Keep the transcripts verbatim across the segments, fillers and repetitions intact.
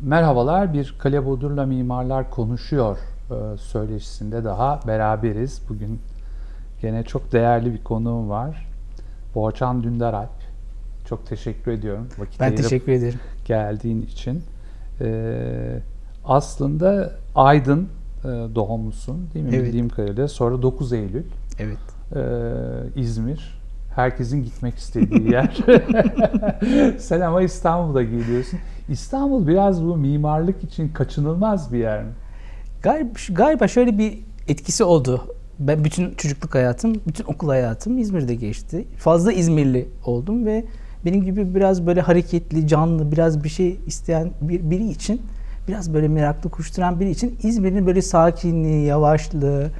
Merhabalar, bir Kale Bodur'la Mimarlar Konuşuyor e, söyleşisinde daha beraberiz. Bugün gene çok değerli bir konuğum var. Boğaçan Dündaralp. Çok teşekkür ediyorum vakit Ben ayırıp teşekkür ederim. geldiğin için. E, aslında Aydın e, doğumlusun değil mi? Evet. Bildiğim kadarıyla. Sonra dokuz Eylül. Evet. E, İzmir. Herkesin gitmek istediği yer. Sen ama İstanbul'a geliyorsun. İstanbul biraz bu mimarlık için kaçınılmaz bir yer mi? Galiba, galiba şöyle bir etkisi oldu. Ben bütün çocukluk hayatım, bütün okul hayatım İzmir'de geçti. Fazla İzmirli oldum ve benim gibi biraz böyle hareketli, canlı, biraz bir şey isteyen bir, biri için, biraz böyle meraklı, koşturan biri için İzmir'in böyle sakinliği, yavaşlığı,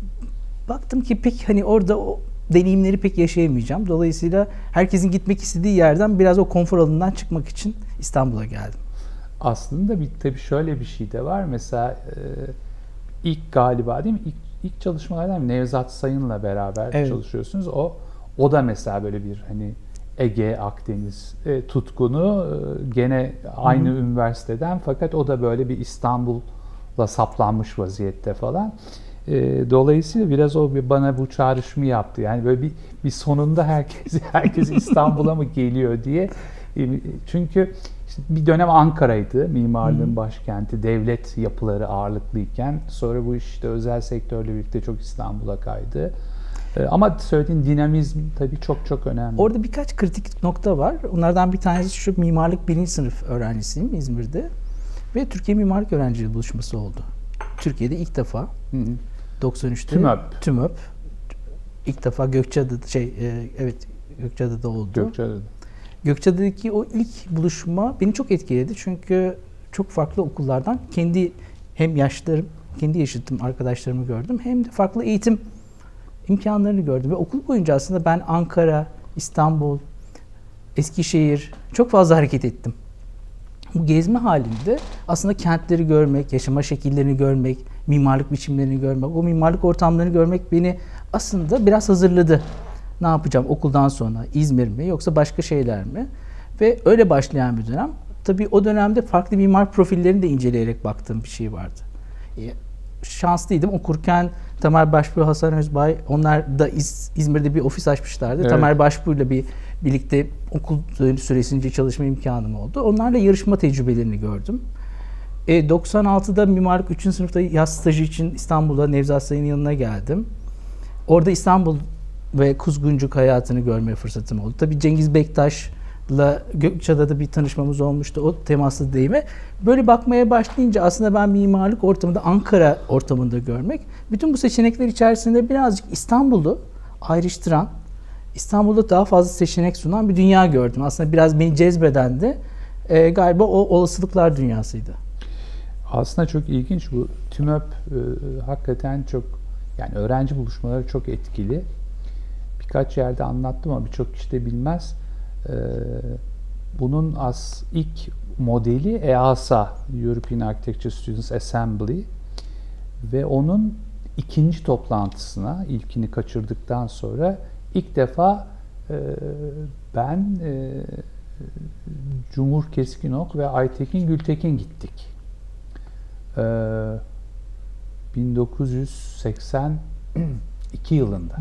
baktım ki pek hani orada o deneyimleri pek yaşayamayacağım. Dolayısıyla herkesin gitmek istediği yerden biraz o konfor alanından çıkmak için İstanbul'a geldim. Aslında bir tabii şöyle bir şey de var. Mesela e, ilk galiba değil mi? İlk, ilk çalışmalardan Nevzat Sayın'la beraber Evet. çalışıyorsunuz. O o da mesela böyle bir hani Ege, Akdeniz e, tutkunu e, gene aynı Hı-hı. üniversiteden, fakat o da böyle bir İstanbul'la saplanmış vaziyette falan. E, dolayısıyla biraz o bir bana bu çağrışımı yaptı. Yani böyle bir bir sonunda herkes herkes İstanbul'a mı geliyor diye. E, çünkü işte bir dönem Ankara'ydı, mimarlığın Hı-hı. başkenti, devlet yapıları ağırlıklıyken. Sonra bu iş işte özel sektörle birlikte çok İstanbul'a kaydı. E, ama söylediğin dinamizm tabii çok çok önemli. Orada birkaç kritik nokta var. Onlardan bir tanesi şu: mimarlık birinci sınıf öğrencisiyim İzmir'de. Ve Türkiye Mimarlık Öğrencileri Buluşması oldu. Türkiye'de ilk defa. Hı hı. doksan üçte TÜMÖP. TÜMÖP. İlk defa Gökçeada'da şey e, evet Gökçeada'da oldu. Gökçeada'da. Gökçeada'daki o ilk buluşma beni çok etkiledi. Çünkü çok farklı okullardan kendi hem yaşlarım, kendi yaşıtım arkadaşlarımı gördüm. Hem de farklı eğitim imkanlarını gördüm. Ve okul boyunca aslında ben Ankara, İstanbul, Eskişehir çok fazla hareket ettim. Bu gezme halinde aslında kentleri görmek, yaşama şekillerini görmek, mimarlık biçimlerini görmek, o mimarlık ortamlarını görmek beni aslında biraz hazırladı. Ne yapacağım okuldan sonra? İzmir mi yoksa başka şeyler mi? Ve öyle başlayan bir dönem. Tabii o dönemde farklı mimar profillerini de inceleyerek baktığım bir şey vardı. Şanslıydım. Okurken Tamer Başbuğ, Hasan Özbay, onlar da İz, İzmir'de bir ofis açmışlardı. Evet. Tamer Başbuğ'yla bir birlikte okul süresince çalışma imkanım oldu. Onlarla yarışma tecrübelerini gördüm. E, doksan altıda mimarlık üçüncü sınıfta yaz stajı için İstanbul'a Nevzat Sayın'ın yanına geldim. Orada İstanbul ve Kuzguncuk hayatını görme fırsatım oldu. Tabii Cengiz Bektaş'la Gökçeada'da bir tanışmamız olmuştu. O temaslı deyime. Böyle bakmaya başlayınca aslında ben mimarlık ortamında, Ankara ortamında görmek, bütün bu seçenekler içerisinde birazcık İstanbul'u ayrıştıran, İstanbul'da daha fazla seçenek sunan bir dünya gördüm. Aslında biraz beni cezbeden de e, galiba o olasılıklar dünyasıydı. Aslında çok ilginç bu TÜMÖP, e, hakikaten çok, yani öğrenci buluşmaları çok etkili. Birkaç yerde anlattım ama birçok kişi de bilmez. E, bunun as ilk modeli E A S A, European Architecture Students Assembly, ve onun ikinci toplantısına, ilkini kaçırdıktan sonra ilk defa e, ben, e, Cumhur Keskinok ve Aytekin Gültekin gittik. E, bin dokuz yüz seksen iki yılında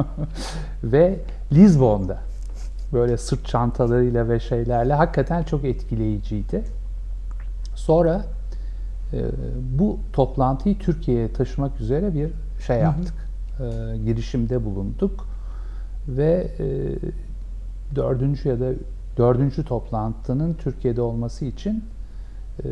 ve Lizbon'da böyle sırt çantalarıyla ve şeylerle hakikaten çok etkileyiciydi. Sonra e, bu toplantıyı Türkiye'ye taşımak üzere bir şey yaptık. Hı hı. E, girişimde bulunduk ve e, dördüncü ya da dördüncü toplantının Türkiye'de olması için e,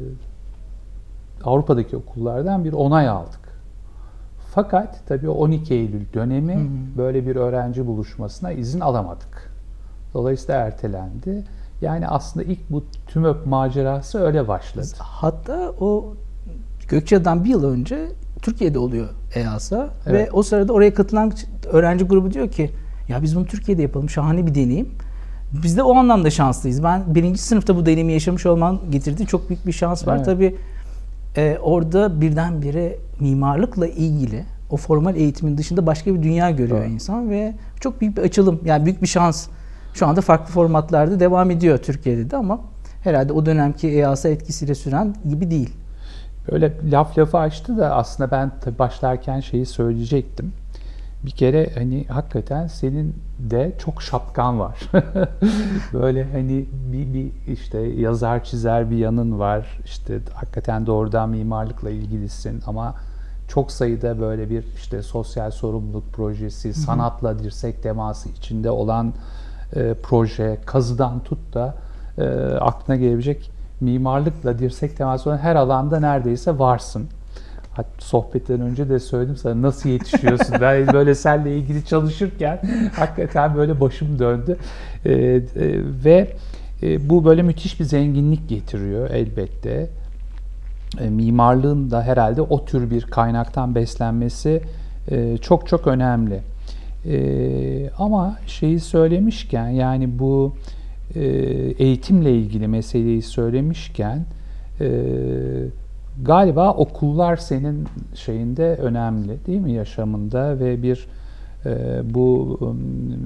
Avrupa'daki okullardan bir onay aldık. Fakat tabii on iki Eylül dönemi, hı hı, böyle bir öğrenci buluşmasına izin alamadık. Dolayısıyla ertelendi. Yani aslında ilk bu TÜMÖP macerası öyle başladı. Hatta o Gökçeada'dan bir yıl önce Türkiye'de oluyor E A S A, evet, ve o sırada oraya katılan öğrenci grubu diyor ki ya biz bunu Türkiye'de yapalım, şahane bir deneyim. Biz de o anlamda şanslıyız. Ben birinci sınıfta bu deneyimi yaşamış olman getirdiği çok büyük bir şans var. Evet. Tabii e, orada birdenbire mimarlıkla ilgili o formal eğitimin dışında başka bir dünya görüyor, evet, insan ve çok büyük bir açılım, yani büyük bir şans. Şu anda farklı formatlarda devam ediyor Türkiye'de de, ama herhalde o dönemki E A S A etkisiyle süren gibi değil. Böyle laf lafı açtı da aslında ben tabii başlarken şeyi söyleyecektim. Bir kere hani hakikaten senin de çok şapkan var. Böyle hani bir, bir işte yazar çizer bir yanın var. İşte hakikaten doğrudan mimarlıkla ilgilisin ama çok sayıda böyle bir işte sosyal sorumluluk projesi, sanatla dirsek teması içinde olan e, proje, kazıdan tut da e, aklına gelebilecek mimarlıkla dirsek teması olan her alanda neredeyse varsın. Hatta sohbetten önce de söyledim sana nasıl yetişiyorsun. Ben böyle seninle ilgili çalışırken hakikaten böyle başım döndü. Ee, e, ve e, bu böyle müthiş bir zenginlik getiriyor elbette. E, mimarlığın da herhalde o tür bir kaynaktan beslenmesi e, çok çok önemli. E, ama şeyi söylemişken yani bu e, eğitimle ilgili meseleyi söylemişken e, galiba okullar senin şeyinde önemli değil mi yaşamında ve bir e, bu um,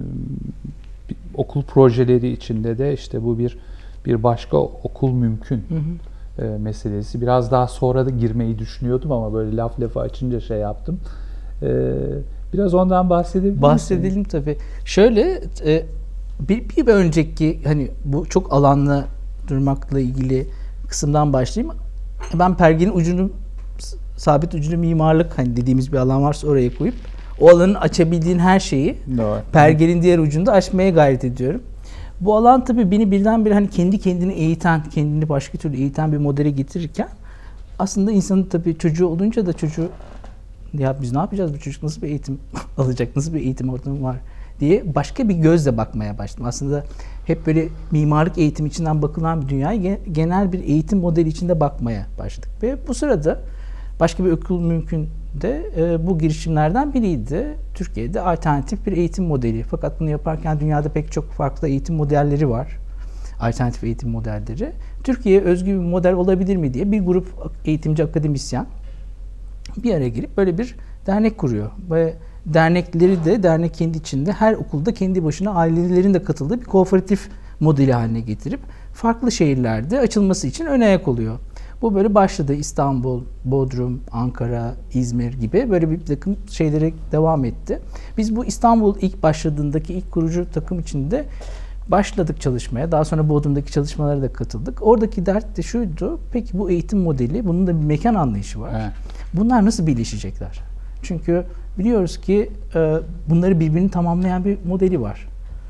bir okul projeleri içinde de işte bu bir bir başka okul mümkün hı hı. E, meselesi. Biraz daha sonra da girmeyi düşünüyordum ama böyle laf lafı açınca şey yaptım. E, biraz ondan bahsedebilir misin? Bahsedelim tabii. Şöyle e, bir, bir önceki hani bu çok alanla durmakla ilgili kısımdan başlayayım. Ben pergenin ucunu, sabit ucunu mimarlık hani dediğimiz bir alan varsa oraya koyup o alanın açabildiğin her şeyi Doğru. pergenin diğer ucunda açmaya gayret ediyorum. Bu alan tabii beni birdenbire hani kendi kendini eğiten, kendini başka türlü eğiten bir modele getirirken aslında insanın tabii çocuğu olunca da çocuğu ya biz ne yapacağız, bu çocuk nasıl bir eğitim alacak, nasıl bir eğitim ortamı var diye başka bir gözle bakmaya başladım. Aslında hep böyle mimarlık eğitim içinden bakılan bir dünyaya genel bir eğitim modeli içinde bakmaya başladık. Ve bu sırada başka bir okul mümkün de e, bu girişimlerden biriydi. Türkiye'de alternatif bir eğitim modeli. Fakat bunu yaparken dünyada pek çok farklı eğitim modelleri var. Alternatif eğitim modelleri. Türkiye'ye özgü bir model olabilir mi diye bir grup eğitimci akademisyen bir araya girip böyle bir dernek kuruyor. Ve dernekleri de dernek kendi içinde her okulda kendi başına ailelerin de katıldığı bir kooperatif modeli haline getirip farklı şehirlerde açılması için ön ayak oluyor. Bu böyle başladı. İstanbul, Bodrum, Ankara, İzmir gibi böyle bir takım şeylere devam etti. Biz bu İstanbul ilk başladığındaki ilk kurucu takım içinde başladık çalışmaya. Daha sonra Bodrum'daki çalışmalara da katıldık. Oradaki dert de şuydu. Peki bu eğitim modeli, bunun da bir mekan anlayışı var. Evet. Bunlar nasıl birleşecekler? Çünkü biliyoruz ki e, bunları birbirini tamamlayan bir modeli var.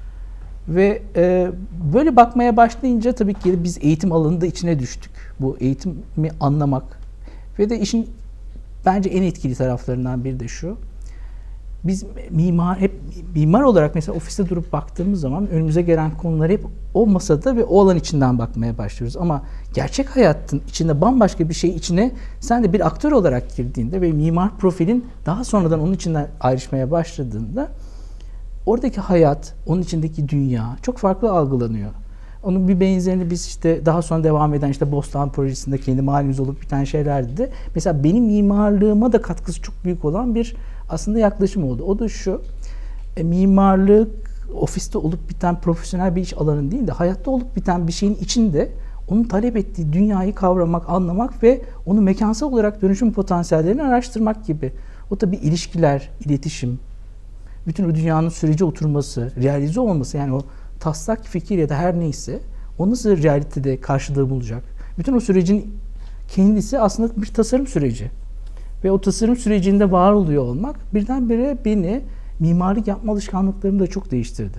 Ve e, böyle bakmaya başlayınca tabii ki biz eğitim alanında içine düştük. Bu eğitimi anlamak ve de işin bence en etkili taraflarından biri de şu. Biz mimar hep mimar olarak mesela ofiste durup baktığımız zaman önümüze gelen konular hep o masada ve o alan içinden bakmaya başlıyoruz. Ama gerçek hayatın içinde bambaşka bir şey içine sen de bir aktör olarak girdiğinde ve mimar profilin daha sonradan onun içinden ayrışmaya başladığında oradaki hayat, onun içindeki dünya çok farklı algılanıyor. Onun bir benzerini biz işte daha sonra devam eden işte Bostan projesinde kendi mahallemiz olup biten şeylerdi de mesela benim mimarlığıma da katkısı çok büyük olan bir aslında yaklaşım oldu. O da şu, e, mimarlık ofiste olup biten profesyonel bir iş alanı değil de hayatta olup biten bir şeyin içinde onun talep ettiği dünyayı kavramak, anlamak ve onu mekansal olarak dönüşüm potansiyellerini araştırmak gibi. O tabii ilişkiler, iletişim, bütün o dünyanın sürece oturması, realize olması yani o taslak fikir ya da her neyse o nasıl realitede karşılığı bulacak? Bütün o sürecin kendisi aslında bir tasarım süreci. Ve o tasarım sürecinde var oluyor olmak birdenbire beni mimarlık yapma alışkanlıklarımı da çok değiştirdi.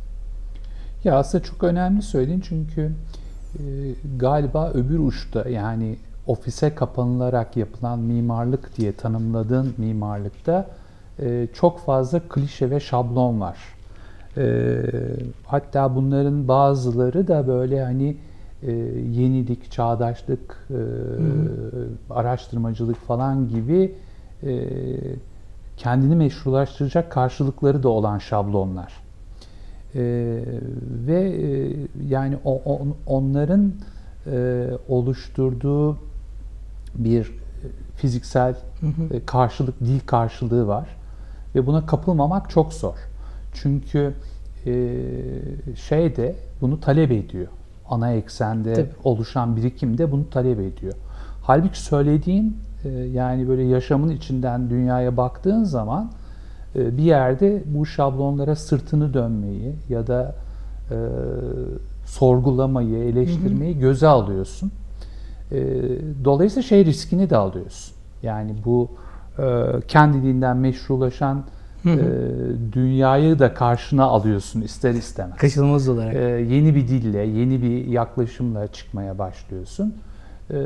Ya aslında çok önemli söyledin çünkü e, galiba öbür uçta yani ofise kapanılarak yapılan mimarlık diye tanımladığın mimarlıkta e, çok fazla klişe ve şablon var. E, hatta bunların bazıları da böyle hani e, yenilik, çağdaşlık, e, araştırmacılık falan gibi e, kendini meşrulaştıracak karşılıkları da olan şablonlar. E, ve e, yani o, on, onların e, oluşturduğu bir fiziksel hı hı. karşılık, dil karşılığı var ve buna kapılmamak çok zor. Çünkü e, şey de bunu talep ediyor. ana eksende Tabii. oluşan birikim de bunu talep ediyor. Halbuki söylediğin e, yani böyle yaşamın içinden dünyaya baktığın zaman e, bir yerde bu şablonlara sırtını dönmeyi ya da e, sorgulamayı, eleştirmeyi hı hı. göze alıyorsun. E, dolayısıyla şey riskini de alıyorsun. Yani bu e, kendiliğinden meşrulaşan hı hı. E, dünyayı da karşına alıyorsun ister istemez. Kaçınılmaz olarak. E, yeni bir dille, yeni bir yaklaşımla çıkmaya başlıyorsun. E,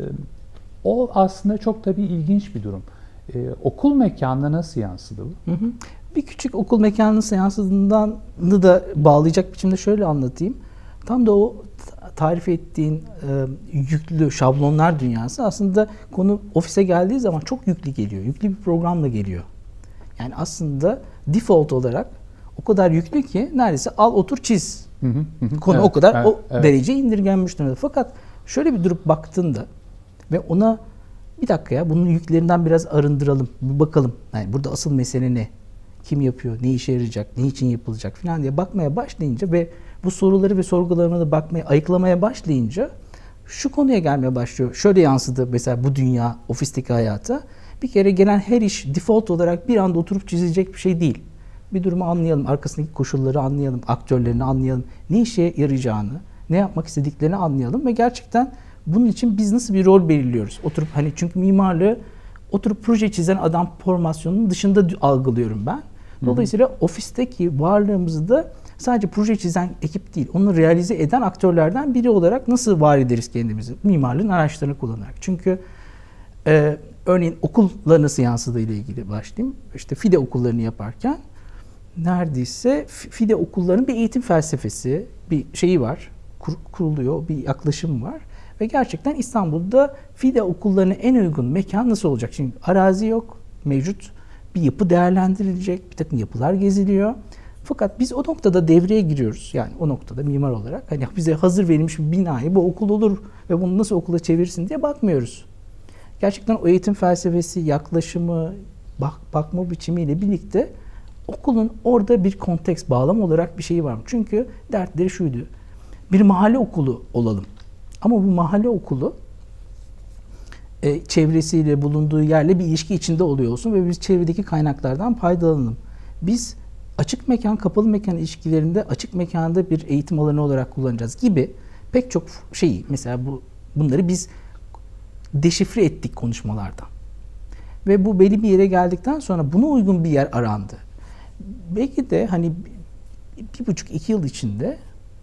o aslında çok tabii ilginç bir durum. E, okul mekanına nasıl yansıdı bu? Hı hı. Bir küçük okul mekanına nasıl yansıdığından da bağlayacak biçimde şöyle anlatayım. Tam da o tarif ettiğin e, yüklü şablonlar dünyası aslında konu ofise geldiği zaman çok yüklü geliyor. Yüklü bir programla geliyor. Yani aslında default olarak o kadar yüklü ki neredeyse al otur çiz. Hı hı, hı. Konu evet, o kadar evet, o evet. derece indirgenmiş durumda. Fakat şöyle bir durup baktığında ve ona bir dakika ya bunun yüklerinden biraz arındıralım, bir bakalım. Yani burada asıl mesele ne? Kim yapıyor? Ne işe yarayacak? Ne için yapılacak falan diye bakmaya başlayınca ve bu soruları ve sorgularına da bakmaya, ayıklamaya başlayınca şu konuya gelmeye başlıyor. Şöyle yansıdı mesela bu dünya, ofisteki hayata. Bir kere gelen her iş default olarak bir anda oturup çizilecek bir şey değil. Bir durumu anlayalım, arkasındaki koşulları anlayalım, aktörlerini anlayalım, ne işe yarayacağını, ne yapmak istediklerini anlayalım ve gerçekten bunun için biz nasıl bir rol belirliyoruz? Oturup hani çünkü mimarlığı oturup proje çizen adam formasyonunun dışında algılıyorum ben. Dolayısıyla hı hı. ofisteki varlığımızı da sadece proje çizen ekip değil, onu realize eden aktörlerden biri olarak nasıl var ederiz kendimizi? Mimarlığın araçlarını kullanarak. Çünkü e, örneğin okulla nasıl yansıdığı ile ilgili başlayayım. İşte FİDE okullarını yaparken neredeyse FİDE okullarının bir eğitim felsefesi, bir şeyi var, kur, kuruluyor, bir yaklaşım var. Ve gerçekten İstanbul'da FİDE okullarına en uygun mekan nasıl olacak? Şimdi arazi yok, mevcut bir yapı değerlendirilecek, bir takım yapılar geziliyor. Fakat biz o noktada devreye giriyoruz. Yani o noktada mimar olarak hani bize hazır verilmiş bir binayı bu okul olur ve bunu nasıl okula çevirsin diye bakmıyoruz. Gerçekten o eğitim felsefesi, yaklaşımı, bak, bakma biçimiyle birlikte okulun orada bir konteks, bağlam olarak bir şeyi var mı? Çünkü dertleri şuydu. Bir mahalle okulu olalım. Ama bu mahalle okulu e, çevresiyle, bulunduğu yerle bir ilişki içinde oluyor olsun ve biz çevredeki kaynaklardan faydalanalım. Biz açık mekan, kapalı mekan ilişkilerinde açık mekanda bir eğitim alanı olarak kullanacağız gibi pek çok şeyi, mesela bu bunları biz deşifre ettik konuşmalardan. Ve bu belli bir yere geldikten sonra buna uygun bir yer arandı. Belki de hani bir buçuk iki yıl içinde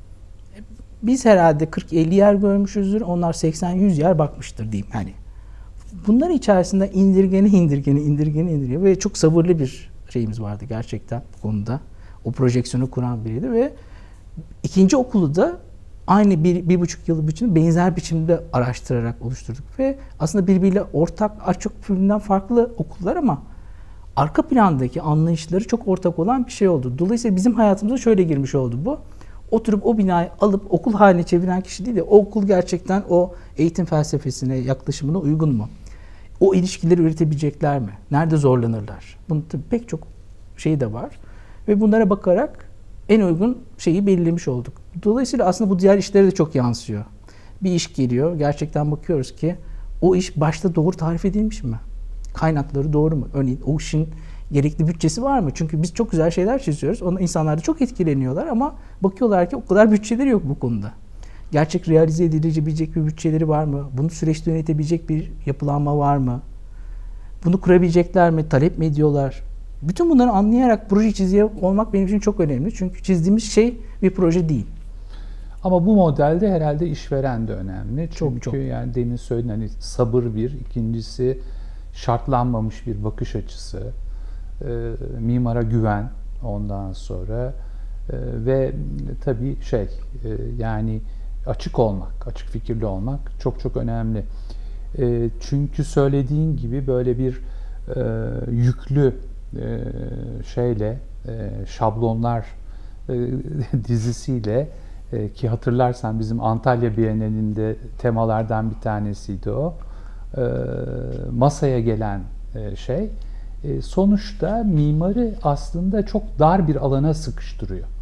biz herhalde kırk elli yer görmüşüzdür. Onlar seksen yüz yer bakmıştır diyeyim. Hani bunların içerisinde indirgeni indirgeni indirgeni indirgeni ve çok sabırlı bir şeyimiz vardı gerçekten bu konuda. O projeksiyonu kuran biriydi ve ikinci okulu da aynı bir, bir buçuk yıl biçimde benzer biçimde araştırarak oluşturduk ve aslında birbiriyle ortak, çok birbirinden farklı okullar ama arka plandaki anlayışları çok ortak olan bir şey oldu. Dolayısıyla bizim hayatımıza şöyle girmiş oldu bu. Oturup o binayı alıp okul haline çeviren kişi değil de o okul gerçekten o eğitim felsefesine, yaklaşımına uygun mu? O ilişkileri üretebilecekler mi? Nerede zorlanırlar? Bunun tabii pek çok şey de var. Ve bunlara bakarak en uygun şeyi belirlemiş olduk. Dolayısıyla aslında bu diğer işlere de çok yansıyor. Bir iş geliyor, gerçekten bakıyoruz ki o iş başta doğru tarif edilmiş mi? Kaynakları doğru mu? Örneğin o işin gerekli bütçesi var mı? Çünkü biz çok güzel şeyler çiziyoruz. Ona insanlar da çok etkileniyorlar ama bakıyorlar ki o kadar bütçeleri yok bu konuda. Gerçek realize edilebilecek bir bütçeleri var mı? Bunu süreçte yönetebilecek bir yapılanma var mı? Bunu kurabilecekler mi? Talep mi ediyorlar? Bütün bunları anlayarak proje çiziyor olmak benim için çok önemli. Çünkü çizdiğimiz şey bir proje değil. Ama bu modelde herhalde işveren de önemli. Çünkü çok, çok. yani demin söyledin hani sabır bir, ikincisi şartlanmamış bir bakış açısı, e, mimara güven ondan sonra e, ve tabii şey e, yani açık olmak, açık fikirli olmak çok çok önemli. E, çünkü söylediğin gibi böyle bir e, yüklü e, şeyle, e, şablonlar e, dizisiyle e, ki hatırlarsan bizim Antalya Bienalinde temalardan bir tanesiydi o. E, masaya gelen e, şey e, sonuçta mimarı aslında çok dar bir alana sıkıştırıyor.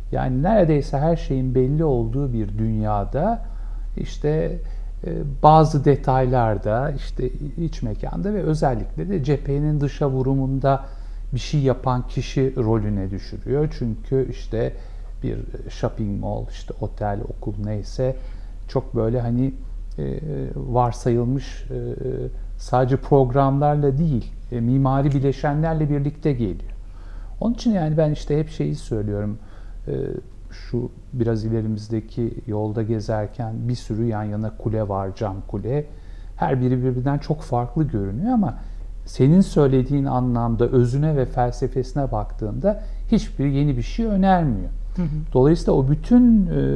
Yani neredeyse her şeyin belli olduğu bir dünyada işte bazı detaylarda, işte iç mekanda ve özellikle de cephenin dışa vurumunda bir şey yapan kişi rolüne düşürüyor. Çünkü işte bir shopping mall, işte otel, okul neyse çok böyle hani varsayılmış sadece programlarla değil, mimari bileşenlerle birlikte geliyor. Onun için yani ben işte hep şeyi söylüyorum. Şu biraz ilerimizdeki yolda gezerken bir sürü yan yana kule var, cam kule. Her biri birbirinden çok farklı görünüyor ama senin söylediğin anlamda özüne ve felsefesine baktığında hiçbir yeni bir şey önermiyor. Hı hı. Dolayısıyla o bütün e,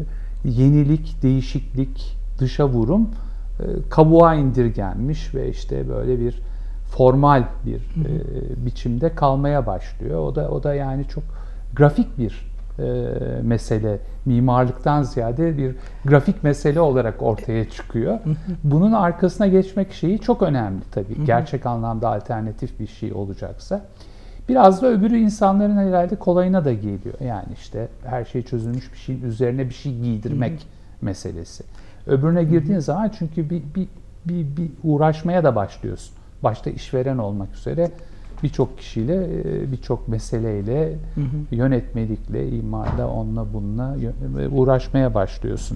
yenilik, değişiklik, dışa vurum e, kabuğa indirgenmiş ve işte böyle bir formal bir hı hı. E, biçimde kalmaya başlıyor. O da o da yani çok grafik bir e, mesele, mimarlıktan ziyade bir grafik mesele olarak ortaya çıkıyor. Hı hı. Bunun arkasına geçmek şeyi çok önemli tabii. Hı hı. Gerçek anlamda alternatif bir şey olacaksa. Biraz da öbürü insanların herhalde kolayına da geliyor. Yani işte her şey çözülmüş bir şeyin üzerine bir şey giydirmek hı hı. meselesi. Öbürüne girdiğin hı hı. zaman çünkü bir, bir, bir, bir uğraşmaya da başlıyorsun. Başta işveren olmak üzere birçok kişiyle, birçok meseleyle, hı hı. yönetmelikle, imarla, onunla bununla uğraşmaya başlıyorsun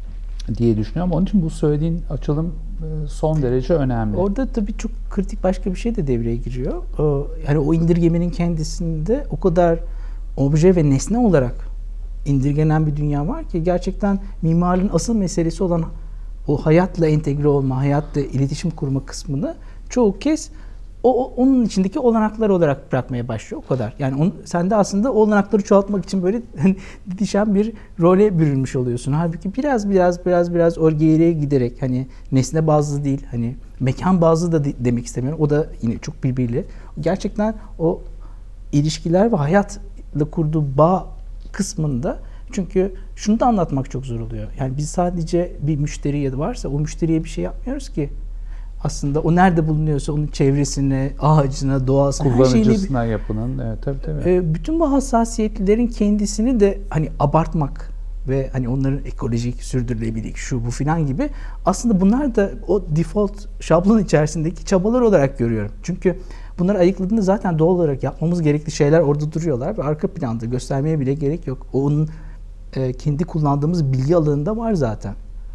diye düşünüyorum. Onun için bu söylediğin açılım son derece önemli. Orada tabii çok kritik başka bir şey de devreye giriyor. Yani o indirgemenin kendisinde o kadar obje ve nesne olarak indirgenen bir dünya var ki gerçekten mimarlığın asıl meselesi olan o hayatla entegre olma, hayatla iletişim kurma kısmını çoğu kez o onun içindeki olanaklar olarak bırakmaya başlıyor, o kadar. Yani on, sen de aslında o olanakları çoğaltmak için böyle didişen bir role bürünmüş oluyorsun. Halbuki biraz biraz biraz biraz o geriye giderek hani nesne bazlı değil, hani mekan bazlı da de, demek istemiyorum. O da yine çok birbiriyle. Gerçekten o ilişkiler ve hayatla kurduğu bağ kısmında, çünkü şunu da anlatmak çok zor oluyor. Yani biz sadece bir müşteri ya da varsa o müşteriye bir şey yapmıyoruz ki. Aslında o nerede bulunuyorsa onun çevresine, ağacına, doğasına, kullanıcısına, her şeyini, yapının, evet, tabii tabii. E, bütün bu hassasiyetlerin kendisini de hani abartmak ve hani onların ekolojik, sürdürülebilirlik, şu bu filan gibi, aslında bunlar da o default şablon içerisindeki çabalar olarak görüyorum. Çünkü bunları ayıkladığında zaten doğal olarak yapmamız gerekli şeyler orada duruyorlar ve arka planda göstermeye bile gerek yok. O onun e, kendi kullandığımız bilgi alanında var zaten.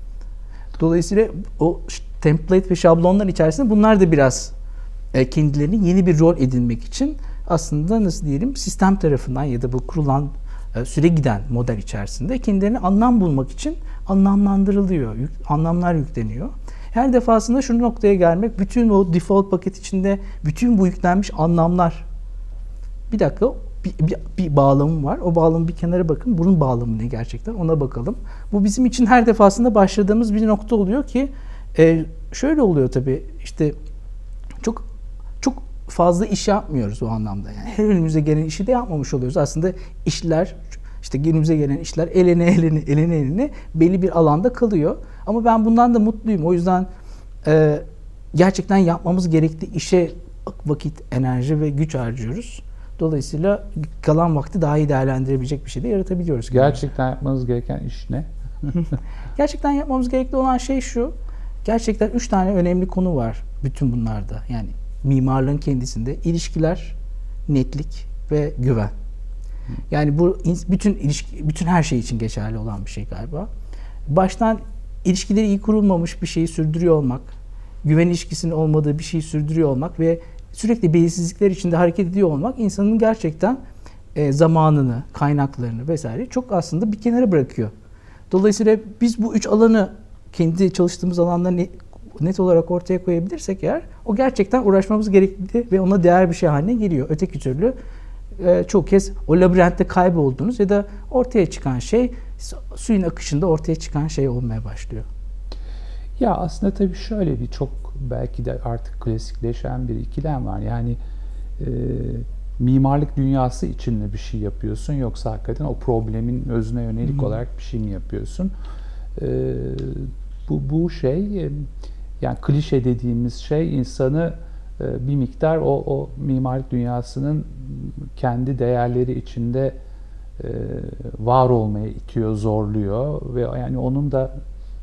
Dolayısıyla o template ve şablonlar içerisinde bunlar da biraz e, kendilerini yeni bir rol edinmek için aslında nasıl diyelim sistem tarafından ya da bu kurulan e, süre giden model içerisinde kendilerine anlam bulmak için anlamlandırılıyor, yük, anlamlar yükleniyor. Her defasında şu noktaya gelmek, bütün o default paket içinde bütün bu yüklenmiş anlamlar, bir dakika bir, bir, bir bağlamım var, o bağlamı bir kenara bakın, bunun bağlamı ne gerçekten, ona bakalım. Bu bizim için her defasında başladığımız bir nokta oluyor ki e, şöyle oluyor tabii, işte çok çok fazla iş yapmıyoruz o anlamda. Yani her önümüze gelen işi de yapmamış oluyoruz. Aslında işler, işte günümüze gelen işler eline eline eline eline belli bir alanda kalıyor. Ama ben bundan da mutluyum. O yüzden e, gerçekten yapmamız gerektiği işe vakit, enerji ve güç harcıyoruz. Dolayısıyla kalan vakti daha iyi değerlendirebilecek bir şey de yaratabiliyoruz. Gerçekten yapmanız gereken iş ne? Gerçekten yapmamız gerekli olan şey şu. Gerçekten üç tane önemli konu var bütün bunlarda. Yani mimarlığın kendisinde ilişkiler, netlik ve güven. Yani bu bütün ilişki, bütün her şey için geçerli olan bir şey galiba. Baştan ilişkileri iyi kurulmamış bir şeyi sürdürüyor olmak, güven ilişkisinin olmadığı bir şeyi sürdürüyor olmak ve sürekli belirsizlikler içinde hareket ediyor olmak insanın gerçekten e, zamanını, kaynaklarını vesaire çok aslında bir kenara bırakıyor. Dolayısıyla biz bu üç alanı kendi çalıştığımız alanları net olarak ortaya koyabilirsek eğer, o gerçekten uğraşmamız gerekli ve ona değer bir şey haline geliyor. Öteki türlü e, çok kez o labirentte kaybolduğunuz ya da ortaya çıkan şey suyun akışında ortaya çıkan şey olmaya başlıyor. Ya aslında tabii şöyle bir çok belki de artık klasikleşen bir ikilem var. Yani e, mimarlık dünyası içinde bir şey yapıyorsun, yoksa hakikaten o problemin özüne yönelik hmm. olarak bir şey mi yapıyorsun? E, bu bu şey, yani klişe dediğimiz şey insanı e, bir miktar o o mimarlık dünyasının kendi değerleri içinde e, var olmaya itiyor, zorluyor ve yani onun da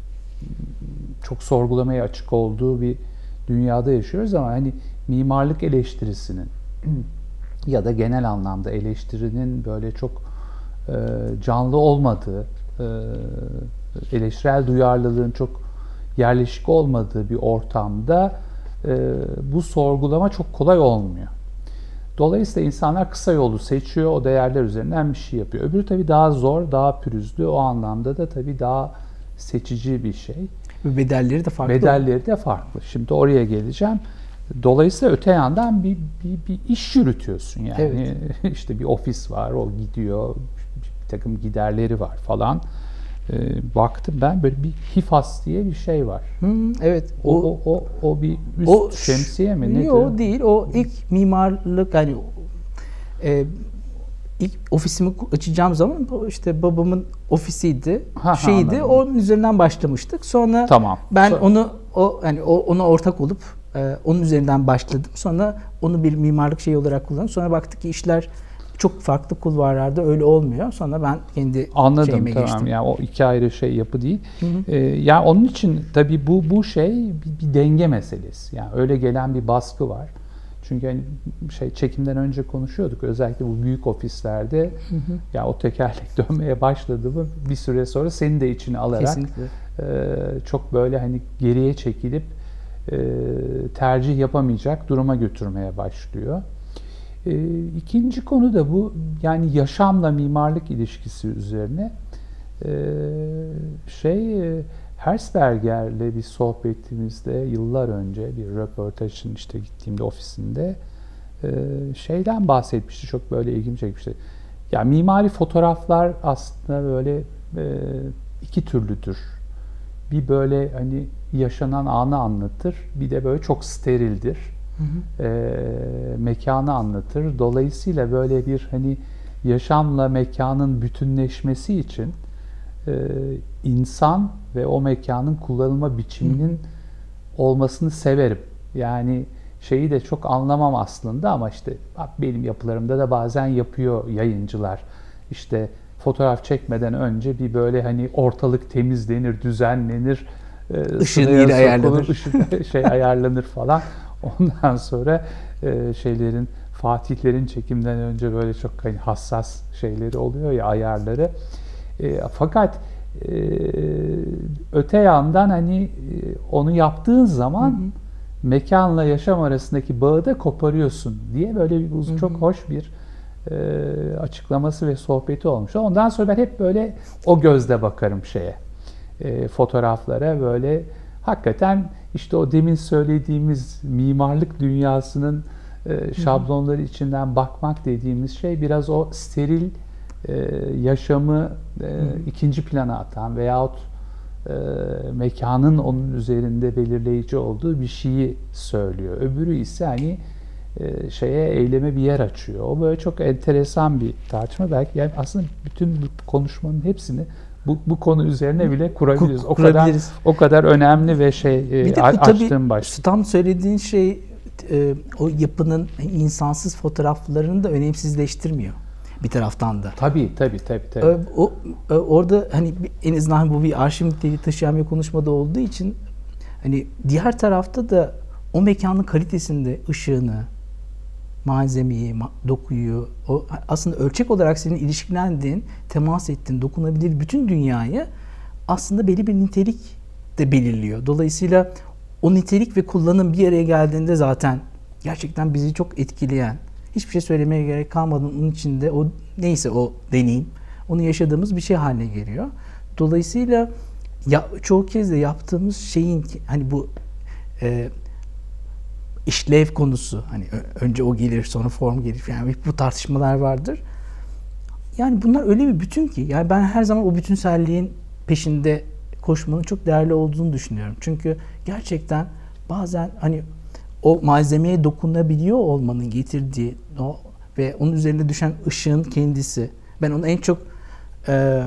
çok sorgulamaya açık olduğu bir dünyada yaşıyoruz ama hani mimarlık eleştirisinin ya da genel anlamda eleştirinin böyle çok e, canlı olmadığı, e, eleştirel duyarlılığın çok yerleşik olmadığı bir ortamda e, bu sorgulama çok kolay olmuyor. Dolayısıyla insanlar kısa yolu seçiyor, o değerler üzerinden bir şey yapıyor. Öbürü tabii daha zor, daha pürüzlü, o anlamda da tabii daha seçici bir şey. Bedelleri de farklı. Bedelleri de farklı. Şimdi oraya geleceğim. Dolayısıyla öte yandan bir, bir, bir iş yürütüyorsun yani. Evet. İşte bir ofis var, o gidiyor, bir takım giderleri var falan. E, baktım ben böyle bir HİFAS diye bir şey var. Hmm, evet. O, o, o, o bir üst o, şemsiye mi nedir? Yok değil. O ilk mimarlık yani e, ilk ofisimi açacağım zaman işte babamın ofisiydi. Ha, şeydi. Ha, onun üzerinden başlamıştık. Sonra tamam. ben Sonra... onu o yani o, ona ortak olup e, onun üzerinden başladım. Sonra onu bir mimarlık şeyi olarak kullandım. Sonra baktık ki işler çok farklı kulvarlarda öyle olmuyor. Sonra ben kendi Anladım, şeyime tamam. geçtim. Yani o iki ayrı şey yapı değil. Hı hı. Ee, yani onun için tabii bu bu şey bir, bir denge meselesi. Yani öyle gelen bir baskı var. Çünkü hani şey çekimden önce konuşuyorduk. Özellikle bu büyük ofislerde hı hı. ya o tekerlek dönmeye başladı mı bir süre sonra seni de içine alarak e, çok böyle hani geriye çekilip e, tercih yapamayacak duruma götürmeye başlıyor. E, ikinci konu da bu, yani yaşamla mimarlık ilişkisi üzerine e, şey e, Herzberger'le bir sohbetimizde yıllar önce bir röportaj için işte gittiğimde ofisinde e, şeyden bahsetmişti, çok böyle ilgimi çekmişti. Ya mimari fotoğraflar aslında böyle e, iki türlüdür. Bir böyle hani yaşanan anı anlatır, bir de böyle çok sterildir. Hı hı. E, mekanı anlatır. Dolayısıyla böyle bir hani yaşamla mekanın bütünleşmesi için e, insan ve o mekanın kullanılma biçiminin hı. olmasını severim. Yani şeyi de çok anlamam aslında ama işte bak benim yapılarımda da bazen yapıyor yayıncılar. İşte fotoğraf çekmeden önce bir böyle hani ortalık temizlenir, düzenlenir, ışığın yeri ayarlanır, ışık şey ayarlanır falan. Ondan sonra e, şeylerin, Fatihlerin çekimden önce böyle çok hani hassas şeyleri oluyor ya, ayarları. E, fakat e, öte yandan hani e, onu yaptığın zaman hı hı. mekanla yaşam arasındaki bağı da koparıyorsun diye böyle bir uzun, çok hoş bir e, açıklaması ve sohbeti olmuş. Ondan sonra ben hep böyle o gözle bakarım şeye, e, fotoğraflara, böyle hakikaten işte o demin söylediğimiz mimarlık dünyasının e, şablonları içinden bakmak dediğimiz şey biraz o steril e, yaşamı e, ikinci plana atan veyahut e, mekanın onun üzerinde belirleyici olduğu bir şeyi söylüyor. Öbürü ise hani e, şeye, eyleme bir yer açıyor. O böyle çok enteresan bir tartışma. Belki yani aslında bütün bu konuşmanın hepsini Bu, bu konu üzerine bile kurabiliriz. O kadar o kadar önemli ve şey bir de açtığım başlık. Tam söylediğin şey e, o yapının insansız fotoğraflarını da önemsizleştirmiyor bir taraftan da. Tabii tabii tabii. tabii. E, o e, orada hani en azından bu bir arşiv niteliği taşıyan bir konuşmada olduğu için hani diğer tarafta da o mekanın kalitesinde ışığını, malzemeyi, dokuyu, o aslında ölçek olarak senin ilişkilendiğin, temas ettiğin, dokunabilir bütün dünyayı aslında belli bir nitelik de belirliyor. Dolayısıyla o nitelik ve kullanım bir araya geldiğinde zaten gerçekten bizi çok etkileyen, hiçbir şey söylemeye gerek kalmadan onun içinde o neyse o deneyim, onu yaşadığımız bir şey haline geliyor. Dolayısıyla ya, çoğu kez de yaptığımız şeyin hani bu e, işlev konusu, hani önce o gelir sonra form gelir, yani bu tartışmalar vardır. Yani bunlar öyle bir bütün ki, yani ben her zaman o bütünselliğin peşinde koşmanın çok değerli olduğunu düşünüyorum. Çünkü gerçekten bazen hani o malzemeye dokunabiliyor olmanın getirdiği o ve onun üzerine düşen ışığın kendisi, ben onu en çok e,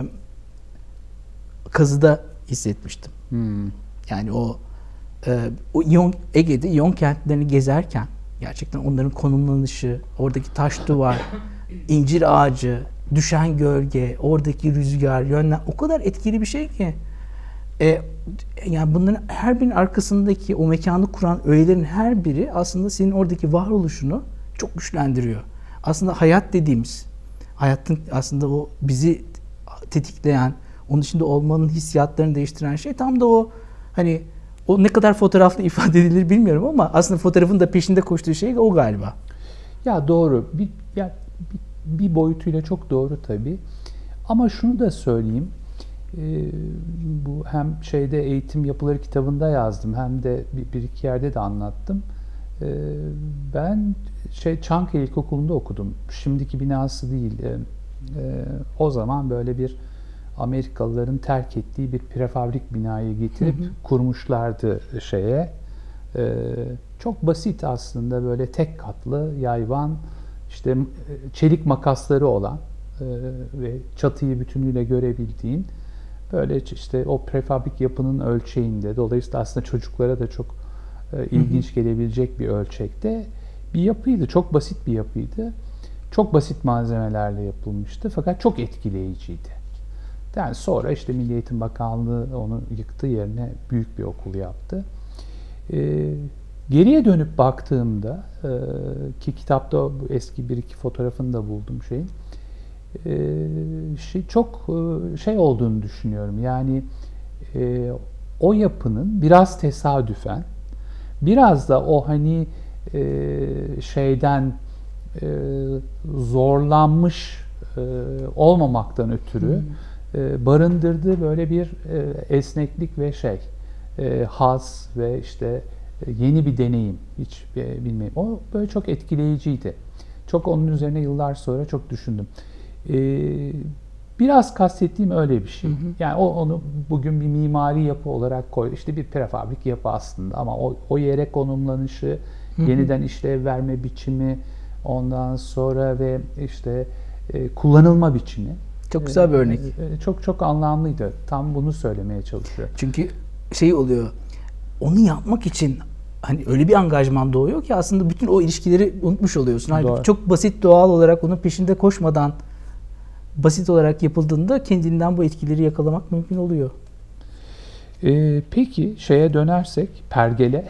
Kazı'da hissetmiştim. Hmm. Yani o o İyon, Ege'de İyon kentlerini gezerken gerçekten onların konumlanışı, oradaki taş duvar, incir ağacı, düşen gölge, oradaki rüzgar, yönler o kadar etkili bir şey ki. E, yani bunların her birinin arkasındaki o mekanı kuran öğelerin her biri aslında senin oradaki varoluşunu çok güçlendiriyor. Aslında hayat dediğimiz, hayatın aslında o bizi tetikleyen, onun içinde olmanın hissiyatlarını değiştiren şey tam da o, hani o ne kadar fotoğrafla ifade edilir bilmiyorum ama aslında fotoğrafın da peşinde koştuğu şey o galiba. Ya doğru. Bir, ya, bir, bir boyutuyla çok doğru tabii. Ama şunu da söyleyeyim. Ee, bu hem şeyde eğitim yapıları kitabında yazdım hem de bir, bir iki yerde de anlattım. Ee, ben şey Çankaya İlkokulu'nda okudum. Şimdiki binası değil. Ee, e, o zaman böyle bir Amerikalıların terk ettiği bir prefabrik binayı getirip hı hı. kurmuşlardı şeye. Ee, çok basit aslında, böyle tek katlı yayvan, işte çelik makasları olan e, ve çatıyı bütünüyle görebildiğin, böyle işte o prefabrik yapının ölçeğinde, dolayısıyla aslında çocuklara da çok e, ilginç hı hı. gelebilecek bir ölçekte bir yapıydı. Çok basit bir yapıydı. Çok basit malzemelerle yapılmıştı fakat çok etkileyiciydi. Yani sonra işte Milli Eğitim Bakanlığı onu yıktı, yerine büyük bir okul yaptı. Ee, geriye dönüp baktığımda e, ki kitapta bu eski bir iki fotoğrafını da buldum şeyin. E, şey, çok e, şey olduğunu düşünüyorum. Yani e, o yapının biraz tesadüfen, biraz da o hani e, şeyden e, zorlanmış e, olmamaktan ötürü hmm. e, barındırdığı böyle bir e, esneklik ve şey e, haz ve işte e, yeni bir deneyim, hiç e, bilmeyeyim. O böyle çok etkileyiciydi. Çok onun üzerine yıllar sonra çok düşündüm. E, biraz kastettiğim öyle bir şey. Hı hı. Yani o onu bugün bir mimari yapı olarak koy. İşte bir prefabrik yapı aslında ama o, o yere konumlanışı, hı hı. yeniden işlev verme biçimi, ondan sonra ve işte e, kullanılma biçimi. Çok güzel bir örnek. E, çok çok anlamlıydı. Tam bunu söylemeye çalışıyorum. Çünkü şey oluyor, onu yapmak için hani öyle bir angajman doğuyor ki aslında bütün o ilişkileri unutmuş oluyorsun. Halbuki çok basit, doğal olarak onun peşinde koşmadan basit olarak yapıldığında kendinden bu etkileri yakalamak mümkün oluyor. Ee, peki şeye dönersek, pergele.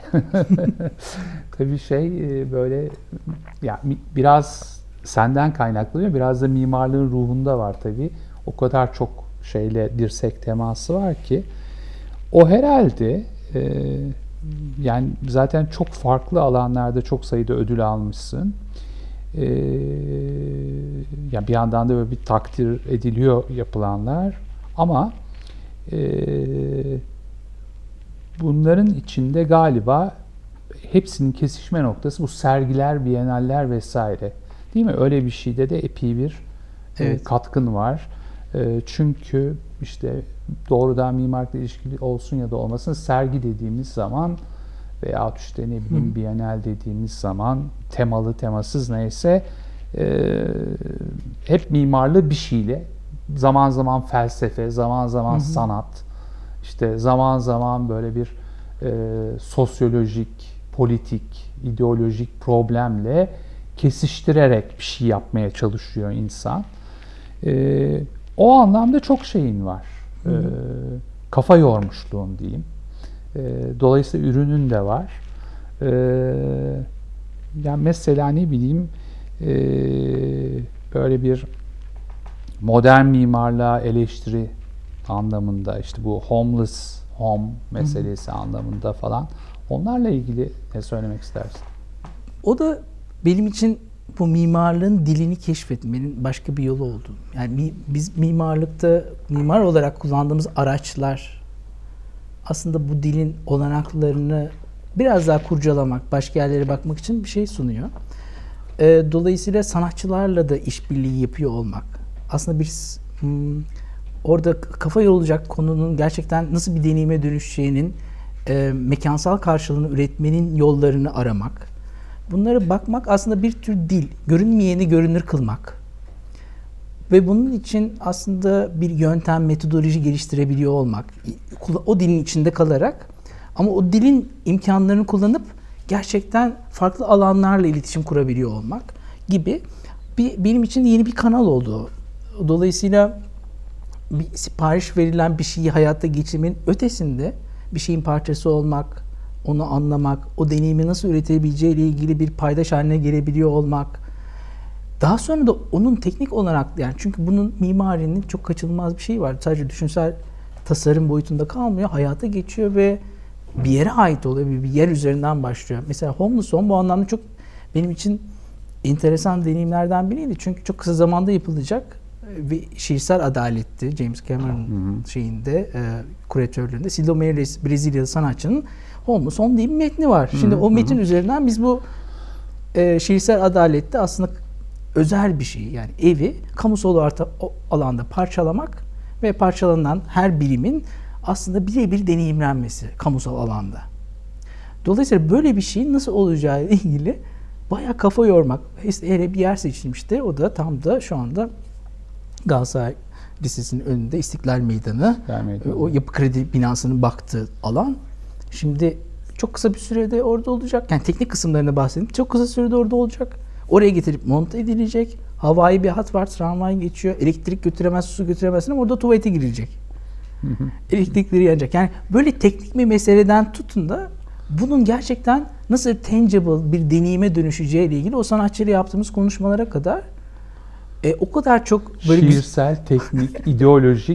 Tabii şey böyle ya biraz senden kaynaklanıyor, biraz da mimarlığın ruhunda var tabii. O kadar çok şeyle dirsek teması var ki o herhalde e, yani zaten çok farklı alanlarda çok sayıda ödül almışsın. Ee, yani bir yandan da böyle bir takdir ediliyor yapılanlar ama e, bunların içinde galiba hepsinin kesişme noktası bu sergiler, biyenaller vesaire. Değil mi? Öyle bir şeyde de epey bir evet. e, katkın var. E, çünkü işte doğrudan mimarlıkla ilişkili olsun ya da olmasın, sergi dediğimiz zaman veya işte ne bileyim Hı. bienal dediğimiz zaman, temalı temasız neyse e, hep mimarlı bir şeyle, zaman zaman felsefe, zaman zaman Hı. sanat, işte zaman zaman böyle bir e, sosyolojik, politik, ideolojik problemle kesiştirerek bir şey yapmaya çalışıyor insan. E, o anlamda çok şeyin var. E, kafa yormuşluğun diyeyim. Dolayısıyla ürünün de var. Ee, yani mesela ne bileyim e, böyle bir modern mimarlığa eleştiri anlamında, işte bu homeless home meselesi Hı. anlamında falan, onlarla ilgili ne söylemek istersin? O da benim için bu mimarlığın dilini keşfetmenin başka bir yolu oldu. Yani biz mimarlıkta mimar olarak kullandığımız araçlar aslında bu dilin olanaklarını biraz daha kurcalamak, başka yerlere bakmak için bir şey sunuyor. Dolayısıyla sanatçılarla da işbirliği yapıyor olmak. Aslında bir hmm, orada kafa yorulacak konunun gerçekten nasıl bir deneyime dönüşeceğinin e, mekansal karşılığını üretmenin yollarını aramak. Bunlara bakmak aslında bir tür dil. Görünmeyeni görünür kılmak. Ve bunun için aslında bir yöntem, metodoloji geliştirebiliyor olmak. O dilin içinde kalarak ama o dilin imkanlarını kullanıp gerçekten farklı alanlarla iletişim kurabiliyor olmak gibi bir, benim için yeni bir kanal oldu. Dolayısıyla bir sipariş verilen bir şeyi hayata geçirmenin ötesinde bir şeyin parçası olmak, onu anlamak, o deneyimi nasıl üretebileceği ile ilgili bir paydaş haline gelebiliyor olmak. Daha sonra da onun teknik olarak, yani çünkü bunun mimarinin çok kaçınılmaz bir şeyi var. Sadece düşünsel tasarım boyutunda kalmıyor, hayata geçiyor ve bir yere ait oluyor, bir yer üzerinden başlıyor. Mesela Homeless Home bu anlamda çok benim için enteresan deneyimlerden biriydi. Çünkü çok kısa zamanda yapılacak bir şiirsel adaletti. James Cameron'ın şeyinde, e, kuratörlüğünde. Cida Meirelles, Brezilyalı sanatçının Homeless Home diye bir metni var. Hı-hı. Şimdi o metin Hı-hı. üzerinden biz bu e, şiirsel adalette aslında özel bir şey, yani evi kamusal alanda parçalamak ve parçalanan her birimin aslında birebir deneyimlenmesi kamusal alanda. Dolayısıyla böyle bir şeyin nasıl olacağı ile ilgili bayağı kafa yormak. Hele bir yer seçilmişti. O da tam da şu anda Galatasaray Lisesi'nin önünde İstiklal Meydanı. Meydanı. O yapı kredi binasının baktığı alan. Şimdi çok kısa bir sürede orada olacak. Yani teknik kısımlarına bahsedeyim. Çok kısa sürede orada olacak. Oraya getirip monte edilecek. Havai bir hat var. Tramvay geçiyor. Elektrik götüremez, su götüremezsin ama orada tuvalete girilecek. Hı hı. Elektrikleri yanacak. Yani böyle teknik bir meseleden tutun da bunun gerçekten nasıl tangible bir deneyime dönüşeceği ile ilgili o sanatçıyla yaptığımız konuşmalara kadar e, o kadar çok böyle şiirsel, bir... teknik, ideolojik,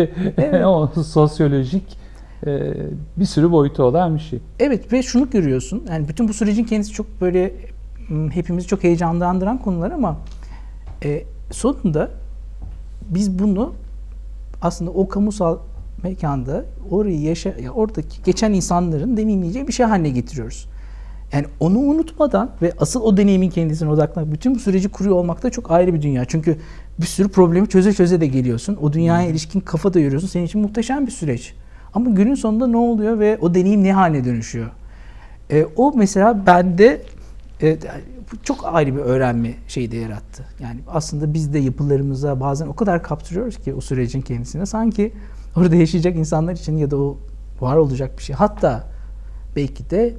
sosyolojik e, bir sürü boyutu olan bir şey. Evet ve şunu görüyorsun. Yani bütün bu sürecin kendisi çok böyle hepimizi çok heyecanlandıran konular ama e, sonunda biz bunu aslında o kamusal mekanda orayı yaşa, yani oradaki geçen insanların deneyimleyeceği bir şey haline getiriyoruz. Yani onu unutmadan ve asıl o deneyimin kendisine odaklanıp bütün bu süreci kuruyor olmak da çok ayrı bir dünya. Çünkü bir sürü problemi çöze çöze de geliyorsun. O dünyaya ilişkin kafa da yoruyorsun. Senin için muhteşem bir süreç. Ama günün sonunda ne oluyor ve o deneyim ne haline dönüşüyor? E, o mesela bende e, çok ayrı bir öğrenme şeyi de yarattı. Yani aslında biz de yapılarımıza bazen o kadar kaptırıyoruz ki o sürecin kendisine. Sanki orada yaşayacak insanlar için ya da o var olacak bir şey. Hatta belki de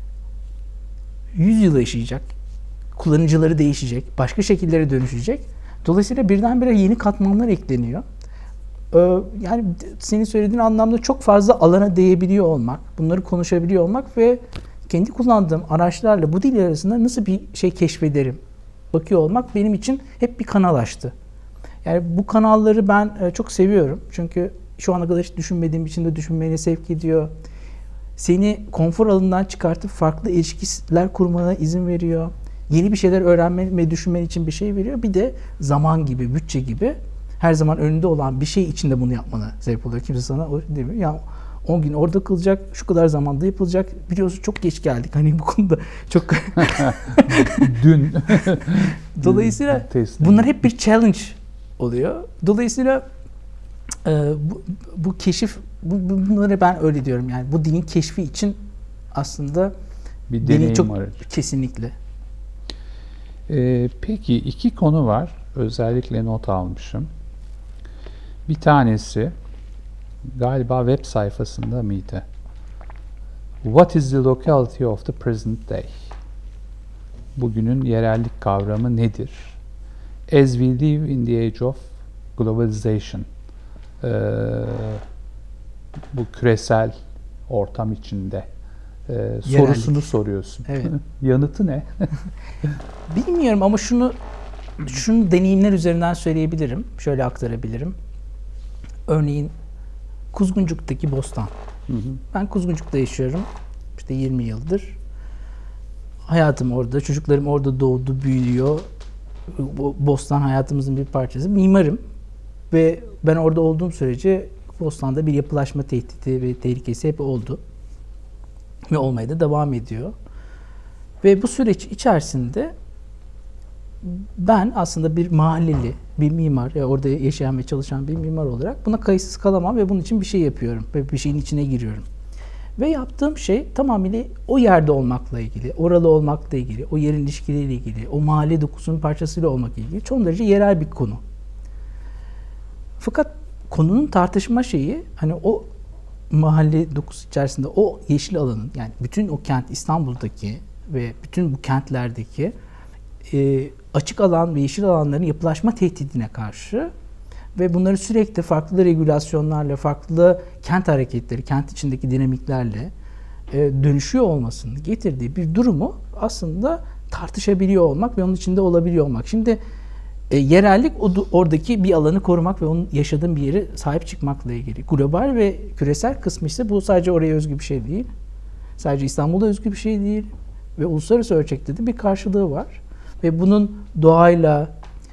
yüz yıl yaşayacak. Kullanıcıları değişecek. Başka şekillere dönüşecek. Dolayısıyla birdenbire yeni katmanlar ekleniyor. Ee, yani senin söylediğin anlamda çok fazla alana değebiliyor olmak, bunları konuşabiliyor olmak ve kendi kullandığım araçlarla bu dil arasında nasıl bir şey keşfederim bakıyor olmak benim için hep bir kanal açtı. Yani bu kanalları ben çok seviyorum. Çünkü şu ana kadar hiç düşünmediğim biçimde düşünmeye sevk ediyor. Seni konfor alanından çıkartıp farklı ilişkiler kurmana izin veriyor. Yeni bir şeyler öğrenme ve düşünmen için bir şey veriyor. Bir de zaman gibi, bütçe gibi her zaman önünde olan bir şey için de bunu yapmana sebep oluyor. Kimse sana o demiyor. Ya on gün orada kalacak, şu kadar zamanda yapılacak. Biliyorsun çok geç geldik. Hani bu konuda çok... Dün. Dolayısıyla bunlar hep bir challenge oluyor. Dolayısıyla e, bu, bu keşif, bu, bunları ben öyle diyorum. Yani bu dilin keşfi için aslında bir deneyim çok aracı. Kesinlikle. Ee, peki iki konu var. Özellikle not almışım. Bir tanesi galiba web sayfasında mıydı? What is the locality of the present day? Bugünün yerellik kavramı nedir? As we live in the age of globalization. Ee, bu küresel ortam içinde ee, sorusunu soruyorsun. Evet. Yanıtı ne? Bilmiyorum ama şunu şunu deneyimler üzerinden söyleyebilirim. Şöyle aktarabilirim. Örneğin Kuzguncuk'taki Bostan. Hı hı. Ben Kuzguncuk'ta yaşıyorum. İşte yirmi yıldır. Hayatım orada, çocuklarım orada doğdu, büyüyor. Bostan hayatımızın bir parçası. Mimarım ve ben orada olduğum sürece Bostan'da bir yapılaşma tehdidi ve tehlikesi hep oldu. Ve olmaya da devam ediyor. Ve bu süreç içerisinde ben aslında bir mahalleli, bir mimar, ya orada yaşayan ve çalışan bir mimar olarak buna kayıtsız kalamam ve bunun için bir şey yapıyorum ve bir şeyin içine giriyorum. Ve yaptığım şey tamamıyla o yerde olmakla ilgili, oralı olmakla ilgili, o yerin ilişkileriyle ilgili, o mahalle dokusunun parçasıyla olmakla ilgili çok derece yerel bir konu. Fakat konunun tartışma şeyi, hani o mahalle dokusu içerisinde o yeşil alanın, yani bütün o kent, İstanbul'daki ve bütün bu kentlerdeki e, açık alan ve yeşil alanların yapılaşma tehdidine karşı Ve bunları sürekli farklı regülasyonlarla, farklı kent hareketleri, kent içindeki dinamiklerle e, dönüşüyor olmasının getirdiği bir durumu aslında tartışabiliyor olmak ve onun içinde olabiliyor olmak. Şimdi e, yerellik o, oradaki bir alanı korumak ve onun yaşadığın bir yere sahip çıkmakla ilgili. Global ve küresel kısmı ise bu sadece oraya özgü bir şey değil. Sadece İstanbul'a özgü bir şey değil. Ve uluslararası ölçekte de bir karşılığı var. Ve bunun doğayla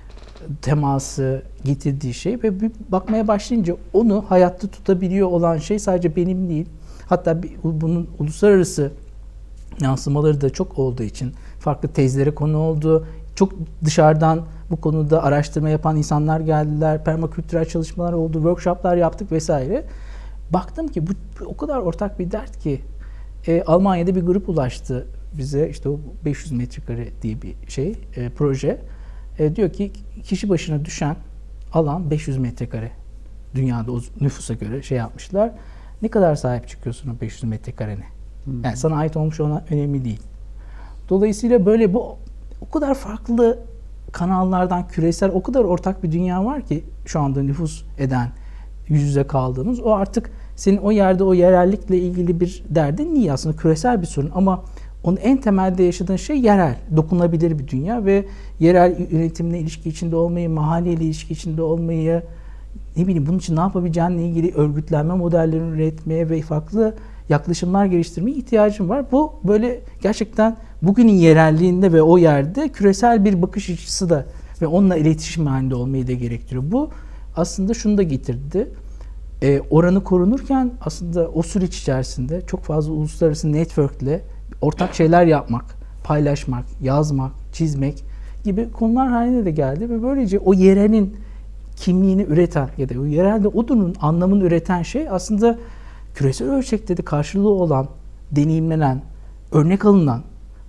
teması getirdiği şey ve bir bakmaya başlayınca onu hayatta tutabiliyor olan şey sadece benim değil. Hatta bir, bunun uluslararası yansımaları da çok olduğu için farklı tezlere konu oldu. Çok dışarıdan bu konuda araştırma yapan insanlar geldiler. Permakültürel çalışmalar oldu, workshoplar yaptık vesaire. Baktım ki bu o kadar ortak bir dert ki e, Almanya'da bir grup ulaştı bize, işte o beş yüz metrekare diye bir şey, e, proje. E, diyor ki kişi başına düşen alan beş yüz metrekare. Dünyada o nüfusa göre şey yapmışlar. Ne kadar sahip çıkıyorsun o beş yüz metrekarene? Hmm. Yani sana ait olmuş olan önemli değil. Dolayısıyla böyle bu o kadar farklı kanallardan küresel o kadar ortak bir dünya var ki şu anda nüfus eden, yüz yüze kaldığımız, o artık senin o yerde o yerellikle ilgili bir derdin değil, aslında küresel bir sorun ama onun en temelde yaşadığın şey yerel, dokunabilir bir dünya ve yerel yönetimle ilişki içinde olmayı, mahalleyle ilişki içinde olmayı, ne bileyim bunun için ne yapabileceğinle ilgili örgütlenme modellerini üretmeye ve farklı yaklaşımlar geliştirmeye ihtiyacım var. Bu böyle gerçekten bugünün yerelliğinde ve o yerde küresel bir bakış açısı da ve onunla iletişim halinde olmayı da gerektiriyor. Bu aslında şunu da getirdi. E, oranı korunurken aslında o süreç içerisinde çok fazla uluslararası network'le ortak şeyler yapmak, paylaşmak, yazmak, çizmek gibi konular haline de geldi ve böylece o yerenin kimliğini üreten ya da o yerelde odunun anlamını üreten şey aslında küresel ölçekte de karşılığı olan, deneyimlenen, örnek alınan,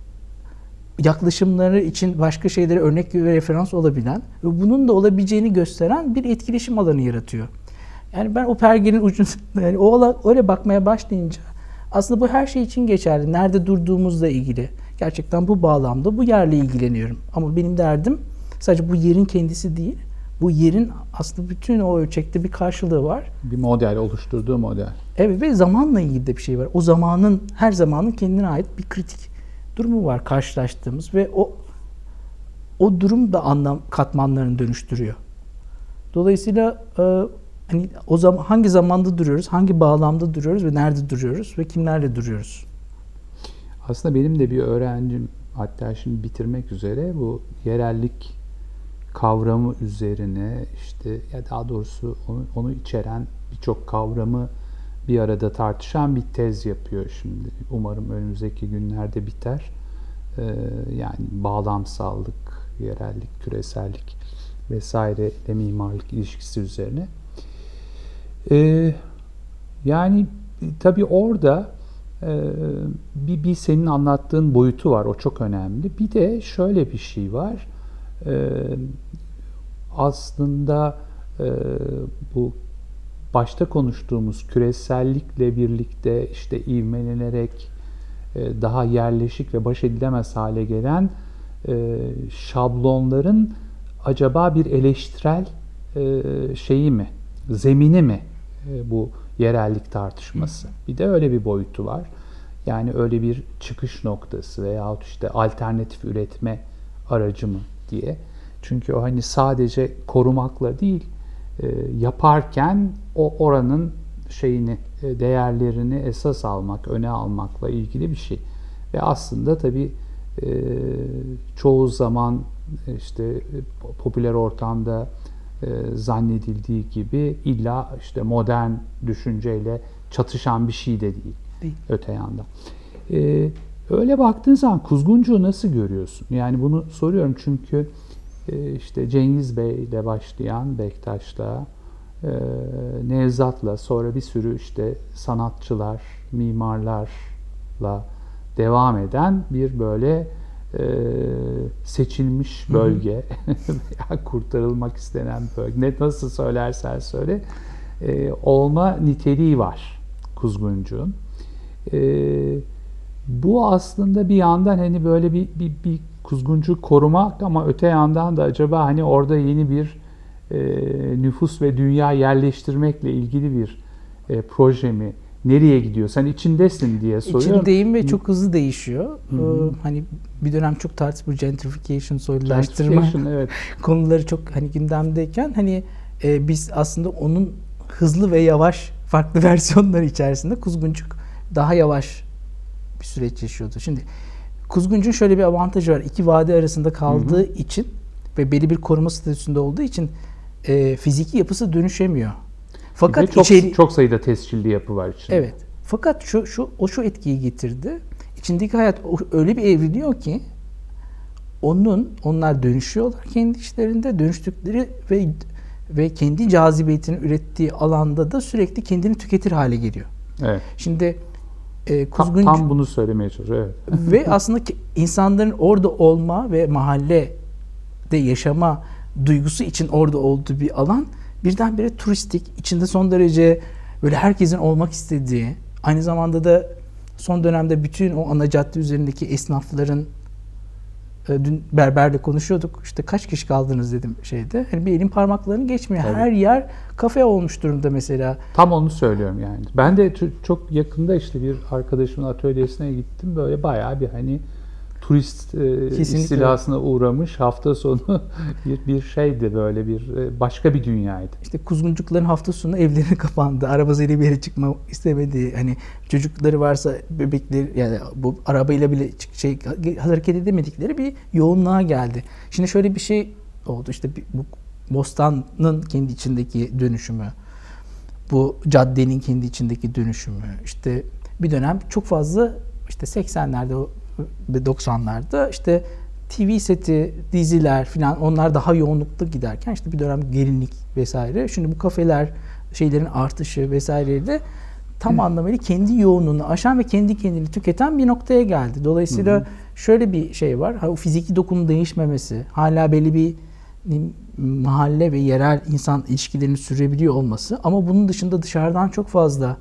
yaklaşımları için başka şeylere örnek ve referans olabilen ve bunun da olabileceğini gösteren bir etkileşim alanı yaratıyor. Yani ben o pergenin ucunda, yani o öyle bakmaya başlayınca aslında bu her şey için geçerli. Nerede durduğumuzla ilgili. Gerçekten bu bağlamda bu yerle ilgileniyorum. Ama benim derdim sadece bu yerin kendisi değil. Bu yerin aslında bütün o ölçekte bir karşılığı var. Bir model, oluşturduğu model. Evet ve zamanla ilgili de bir şey var. O zamanın, her zamanın kendine ait bir kritik durumu var karşılaştığımız ve o o durum da anlam katmanlarını dönüştürüyor. Dolayısıyla e, hani o zaman hangi zamanda duruyoruz, hangi bağlamda duruyoruz ve nerede duruyoruz ve kimlerle duruyoruz? Aslında benim de bir öğrencim, hatta şimdi bitirmek üzere, bu yerellik kavramı üzerine işte ya daha doğrusu onu, onu içeren birçok kavramı bir arada tartışan bir tez yapıyor şimdi. Umarım önümüzdeki günlerde biter. Ee, yani bağlamsallık, yerellik, küresellik vesaire ile mimarlık ilişkisi üzerine. Ee, yani tabii orada e, bir, bir senin anlattığın boyutu var. O çok önemli. Bir de şöyle bir şey var. Ee, aslında e, bu başta konuştuğumuz küresellikle birlikte işte ivmelenerek e, daha yerleşik ve baş edilemez hale gelen e, şablonların acaba bir eleştirel e, şeyi mi, zemini mi e, bu yerellik tartışması? Bir de öyle bir boyutu var. Yani öyle bir çıkış noktası veyahut işte alternatif üretme aracı mı diye. Çünkü o hani sadece korumakla değil, e, yaparken o oranın şeyini, e, değerlerini esas almak, öne almakla ilgili bir şey. Ve aslında tabii e, çoğu zaman işte popüler ortamda e, zannedildiği gibi illa işte modern düşünceyle çatışan bir şey de değil, değil. Öte yandan. E, öyle baktığın zaman Kuzguncu'yu nasıl görüyorsun? Yani bunu soruyorum çünkü işte Cengiz Bey ile başlayan Bektaş'la, Nevzat'la, sonra bir sürü işte sanatçılar, mimarlarla devam eden bir böyle seçilmiş bölge veya kurtarılmak istenen bölge, ne nasıl söylersen söyle, olma niteliği var Kuzguncu'nun. Bu aslında bir yandan hani böyle bir, bir, bir Kuzguncu korumak ama öte yandan da acaba hani orada yeni bir e, nüfus ve dünya yerleştirmekle ilgili bir e, proje mi? Nereye gidiyor? Sen içindesin diye soruyorum. İçindeyim ve çok hızlı değişiyor. Ee, hani bir dönem çok tartışılır gentrification, soylulaştırma evet. konuları çok hani gündemdeyken hani e, biz aslında onun hızlı ve yavaş farklı versiyonları içerisinde Kuzguncuk daha yavaş bir süreç yaşıyordu. Şimdi Kuzguncuk'un şöyle bir avantajı var. İki vadi arasında kaldığı hı hı. için ve belli bir koruma statüsünde olduğu için e, fiziki yapısı dönüşemiyor. Fakat çok, içeri... çok sayıda tescilli yapı var içinde. Evet. Fakat şu şu o şu etkiyi getirdi. İçindeki hayat öyle bir evriliyor ki onun onlar dönüşüyorlar kendi içlerinde, dönüştükleri ve ve kendi cazibiyetini ürettiği alanda da sürekli kendini tüketir hale geliyor. Evet. Şimdi e, Kuzguncu... tam, tam bunu söylemeye çalışıyor. Evet. Ve aslında insanların orada olma ve mahallede yaşama duygusu için orada olduğu bir alan birdenbire turistik, içinde son derece böyle herkesin olmak istediği, aynı zamanda da son dönemde bütün o ana cadde üzerindeki esnafların, dün berberle konuşuyorduk, işte kaç kişi kaldınız dedim şeyde. Hani bir elin parmaklarını geçmiyor. Evet. Her yer kafe olmuş durumda mesela. Tam onu söylüyorum yani. Ben de çok yakında işte bir arkadaşımın atölyesine gittim. Böyle bayağı bir hani turist e, istilasına uğramış hafta sonu bir bir şeydi, böyle bir e, başka bir dünyaydı. İşte Kuzguncukların hafta sonu evleri kapandı. Arabasıyla bir yere çıkma istemediği, hani çocukları varsa bebekleri, yani bu arabayla bile şey hareket edemedikleri bir yoğunluğa geldi. Şimdi şöyle bir şey oldu. İşte bu Bostan'ın kendi içindeki dönüşümü, bu caddenin kendi içindeki dönüşümü, işte bir dönem çok fazla işte seksenlerde ve doksanlarda işte T V seti, diziler filan, onlar daha yoğunluklu giderken işte bir dönem gelinlik vesaire. Şimdi bu kafeler, şeylerin artışı vesaireyle tam Hı. anlamıyla kendi yoğunluğunu aşan ve kendi kendini tüketen bir noktaya geldi. Dolayısıyla Hı. şöyle bir şey var. O fiziki dokunun değişmemesi, hala belli bir mahalle ve yerel insan ilişkilerini sürebiliyor olması, ama bunun dışında dışarıdan çok fazla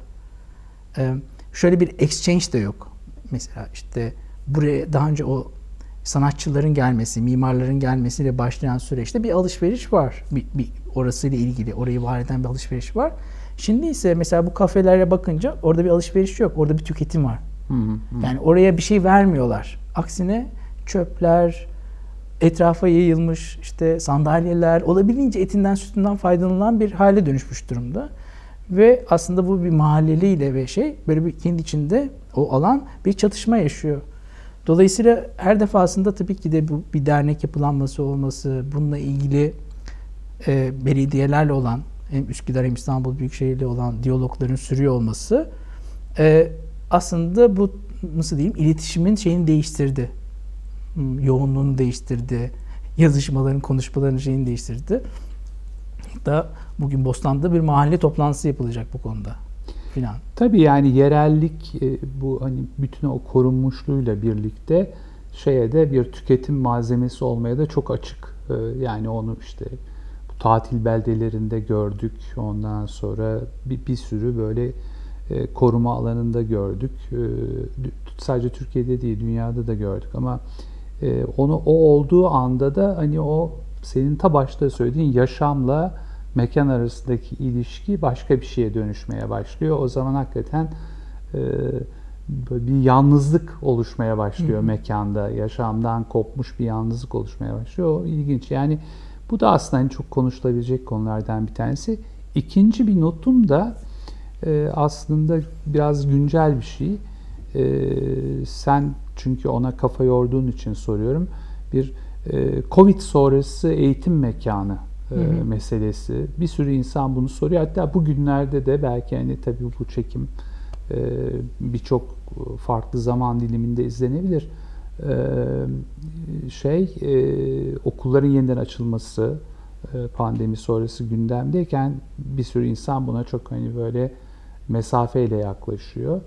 şöyle bir exchange de yok. Mesela işte buraya daha önce o sanatçıların gelmesi, mimarların gelmesiyle başlayan süreçte bir alışveriş var. Bir, bir orasıyla ilgili, orayı var eden bir alışveriş var. Şimdi ise mesela bu kafelere bakınca orada bir alışveriş yok. Orada bir tüketim var. Hı hı. Yani oraya bir şey vermiyorlar. Aksine çöpler, etrafa yayılmış işte sandalyeler, olabildiğince etinden sütünden faydalanılan bir hale dönüşmüş durumda. Ve aslında bu bir mahalleliyle ve şey böyle bir kendi içinde o alan bir çatışma yaşıyor. Dolayısıyla her defasında tabii ki de bu bir dernek yapılanması olması, bununla ilgili e, belediyelerle olan, hem Üsküdar hem İstanbul Büyükşehir'le olan diyalogların sürüyor olması e, aslında bu nasıl diyeyim iletişimin şeyini değiştirdi. Yoğunluğunu değiştirdi. Yazışmaların, konuşmaların şeyini değiştirdi. Da bugün Bostan'da bir mahalle toplantısı yapılacak bu konuda filan. Tabii yani yerellik bu hani bütün o korunmuşluğuyla birlikte şeye de bir tüketim malzemesi olmaya da çok açık. Yani onu işte bu tatil beldelerinde gördük. Ondan sonra bir, bir sürü böyle koruma alanında gördük. Sadece Türkiye'de değil, dünyada da gördük ama onu o olduğu anda da hani o senin ta başta söylediğin yaşamla mekan arasındaki ilişki başka bir şeye dönüşmeye başlıyor. O zaman hakikaten e, böyle bir yalnızlık oluşmaya başlıyor Hı. mekanda. Yaşamdan kopmuş bir yalnızlık oluşmaya başlıyor. O ilginç. Yani bu da aslında hani çok konuşulabilecek konulardan bir tanesi. İkinci bir notum da e, aslında biraz güncel bir şey. E, sen çünkü ona kafa yorduğun için soruyorum. Bir e, Covid sonrası eğitim mekanı Hı hı. meselesi. Bir sürü insan bunu soruyor. Hatta bugünlerde de belki hani tabii bu çekim birçok farklı zaman diliminde izlenebilir. Şey okulların yeniden açılması pandemi sonrası gündemdeyken bir sürü insan buna çok hani böyle mesafeyle yaklaşıyor.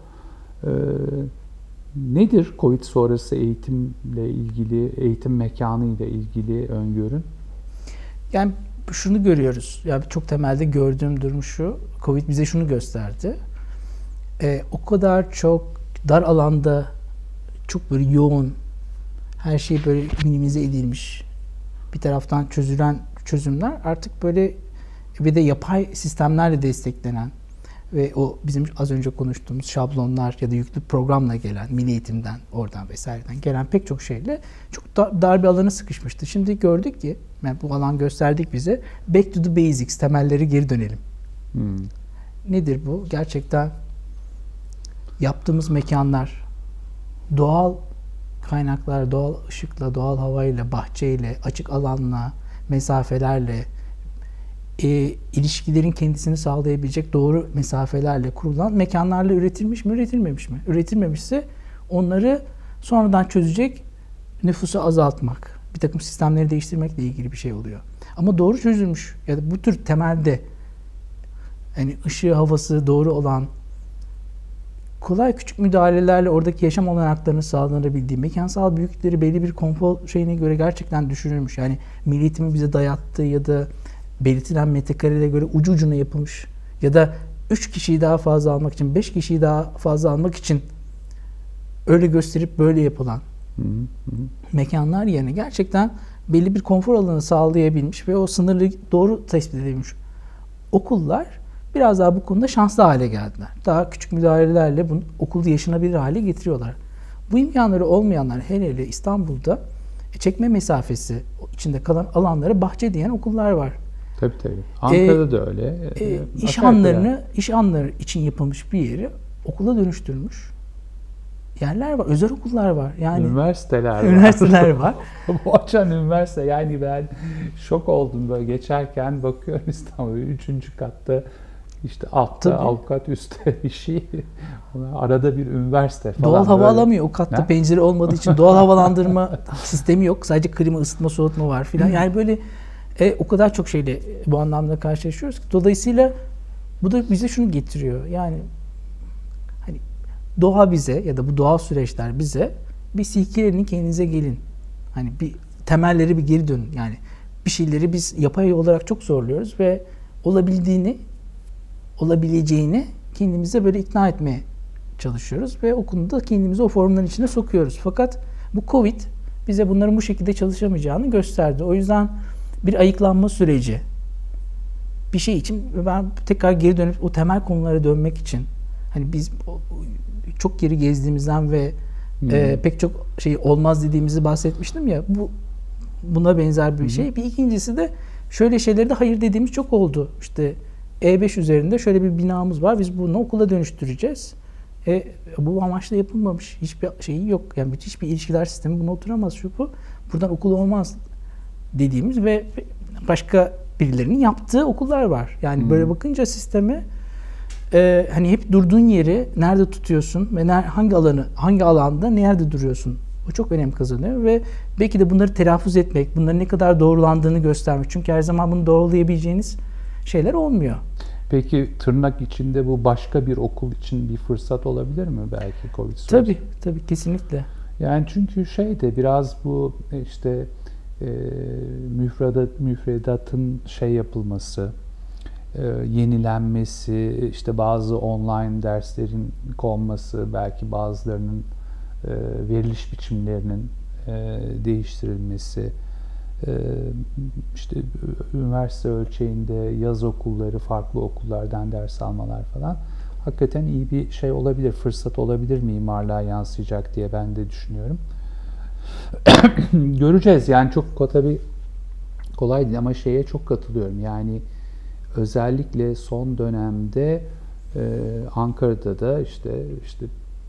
Nedir Covid sonrası eğitimle ilgili, eğitim mekanı ile ilgili öngörün? Yani şunu görüyoruz. Yani çok temelde gördüğüm durum şu. Covid bize şunu gösterdi. Ee, o kadar çok dar alanda çok böyle yoğun, her şey böyle minimize edilmiş. Bir taraftan çözülen çözümler artık böyle ve de yapay sistemlerle desteklenen ve o bizim az önce konuştuğumuz şablonlar ya da yüklü programla gelen, Milli Eğitim'den, oradan vesaireden gelen pek çok şeyle çok da, dar bir alana sıkışmıştı. Şimdi gördük ki, yani bu alan gösterdik bize, back to the basics, temelleri geri dönelim. Hmm. Nedir bu? Gerçekten yaptığımız mekanlar, doğal kaynaklar, doğal ışıkla, doğal havayla, bahçeyle, açık alanla, mesafelerle, e, ilişkilerin kendisini sağlayabilecek doğru mesafelerle kurulan mekanlarla üretilmiş mi, üretilmemiş mi? Üretilmemişse onları sonradan çözecek nüfusu azaltmak, bir takım sistemleri değiştirmekle ilgili bir şey oluyor. Ama doğru çözülmüş ya da bu tür temelde yani ışığı, havası doğru olan, kolay küçük müdahalelerle oradaki yaşam olanaklarını sağlanabildiği, mekansal büyüklükleri belli bir konfor şeyine göre gerçekten düşürülmüş. Yani Milli Eğitim'in bize dayattığı ya da belirtilen metrekarelere göre ucu ucuna yapılmış ya da üç kişiyi daha fazla almak için, beş kişiyi daha fazla almak için öyle gösterip böyle yapılan Hı hı. mekanlar yerine gerçekten belli bir konfor alanı sağlayabilmiş ve o sınırlı doğru tespit edilmiş okullar biraz daha bu konuda şanslı hale geldiler. Daha küçük müdahalelerle bunu okulu yaşanabilir hale getiriyorlar. Bu imkanları olmayanlar, hele hele İstanbul'da çekme mesafesi içinde kalan alanlara bahçe diyen okullar var. Tabii tabii. Ankara'da Ee, da öyle. E, Ee, iş Aşağı yukarı hanlarını, yani. iş hanları için yapılmış bir yeri okula dönüştürmüş yerler var. Özel okullar var. Yani Üniversiteler var. üniversiteler var. Bu açan üniversite, yani ben şok oldum böyle geçerken, bakıyorum İstanbul'da üçüncü katta işte altta Tabii. avukat, üstte bir şey. Ona arada bir üniversite falan. Doğal hava böyle. alamıyor. O katta Ne? pencere olmadığı için doğal havalandırma sistemi yok. Sadece klima, ısıtma, soğutma var filan. Yani böyle e, o kadar çok şeyle bu anlamda karşılaşıyoruz ki. Dolayısıyla bu da bize şunu getiriyor. Yani hani doğa bize ya da bu doğal süreçler bize bir silkelenin, kendinize gelin. Hani bir temelleri bir geri dönün. Yani bir şeyleri biz yapay olarak çok zorluyoruz ve olabildiğini, olabileceğini kendimize böyle ikna etmeye çalışıyoruz ve o konuda kendimizi o formların içine sokuyoruz. Fakat bu Covid bize bunların bu şekilde çalışamayacağını gösterdi. O yüzden bir ayıklanma süreci, bir şey için ben tekrar geri dönüp o temel konulara dönmek için, hani biz çok geri gezdiğimizden ve Hmm. e, pek çok şey olmaz dediğimizi bahsetmiştim ya, bu buna benzer bir şey. Bir ikincisi de şöyle şeylere de hayır dediğimiz çok oldu. İşte E beş üzerinde şöyle bir binamız var. Biz bunu okula dönüştüreceğiz. E, bu amaçla yapılmamış. Hiçbir şeyi yok. Yani müthiş bir ilişkiler sistemi buna oturamaz şu bu. Buradan okul olmaz dediğimiz ve başka birilerinin yaptığı okullar var. Yani Hmm. böyle bakınca sisteme e, hani hep durduğun yeri nerede tutuyorsun ve ner, hangi alanı, hangi alanda nerede duruyorsun? O çok önem kazanıyor ve belki de bunları telaffuz etmek, bunların ne kadar doğrulandığını göstermek. Çünkü her zaman bunu doğrulayabileceğiniz şeyler olmuyor. Peki tırnak içinde bu başka bir okul için bir fırsat olabilir mi belki Covid süreci? Tabii, tabii kesinlikle. Yani çünkü şey de biraz bu işte e, müfredat müfredatın şey yapılması, e, yenilenmesi, işte bazı online derslerin konması, belki bazılarının e, veriliş biçimlerinin e, değiştirilmesi, e, işte üniversite ölçeğinde yaz okulları, farklı okullardan ders almalar falan hakikaten iyi bir şey olabilir, fırsat olabilir mimarlığa yansıyacak diye ben de düşünüyorum. Göreceğiz yani, çok tabii kolay değil ama şeye çok katılıyorum. Yani özellikle son dönemde e, Ankara'da da işte işte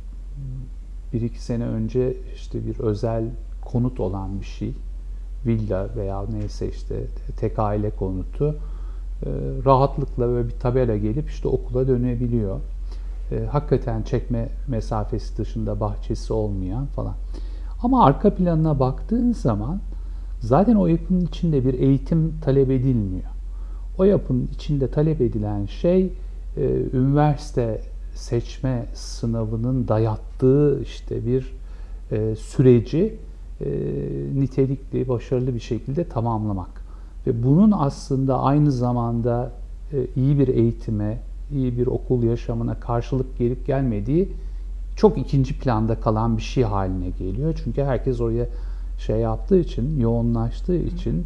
bir iki sene önce işte bir özel konut olan bir şey, villa veya neyse işte tek aile konutu e, rahatlıkla böyle bir tabela gelip işte okula dönebiliyor. E, hakikaten çekme mesafesi dışında bahçesi olmayan falan. Ama arka planına baktığın zaman zaten o yapının içinde bir eğitim talep edilmiyor. O yapının içinde talep edilen şey e, üniversite seçme sınavının dayattığı işte bir e, süreci e, nitelikli, başarılı bir şekilde tamamlamak. Ve bunun aslında aynı zamanda e, iyi bir eğitime, iyi bir okul yaşamına karşılık gelip gelmediği çok ikinci planda kalan bir şey haline geliyor. Çünkü herkes oraya şey yaptığı için, yoğunlaştığı için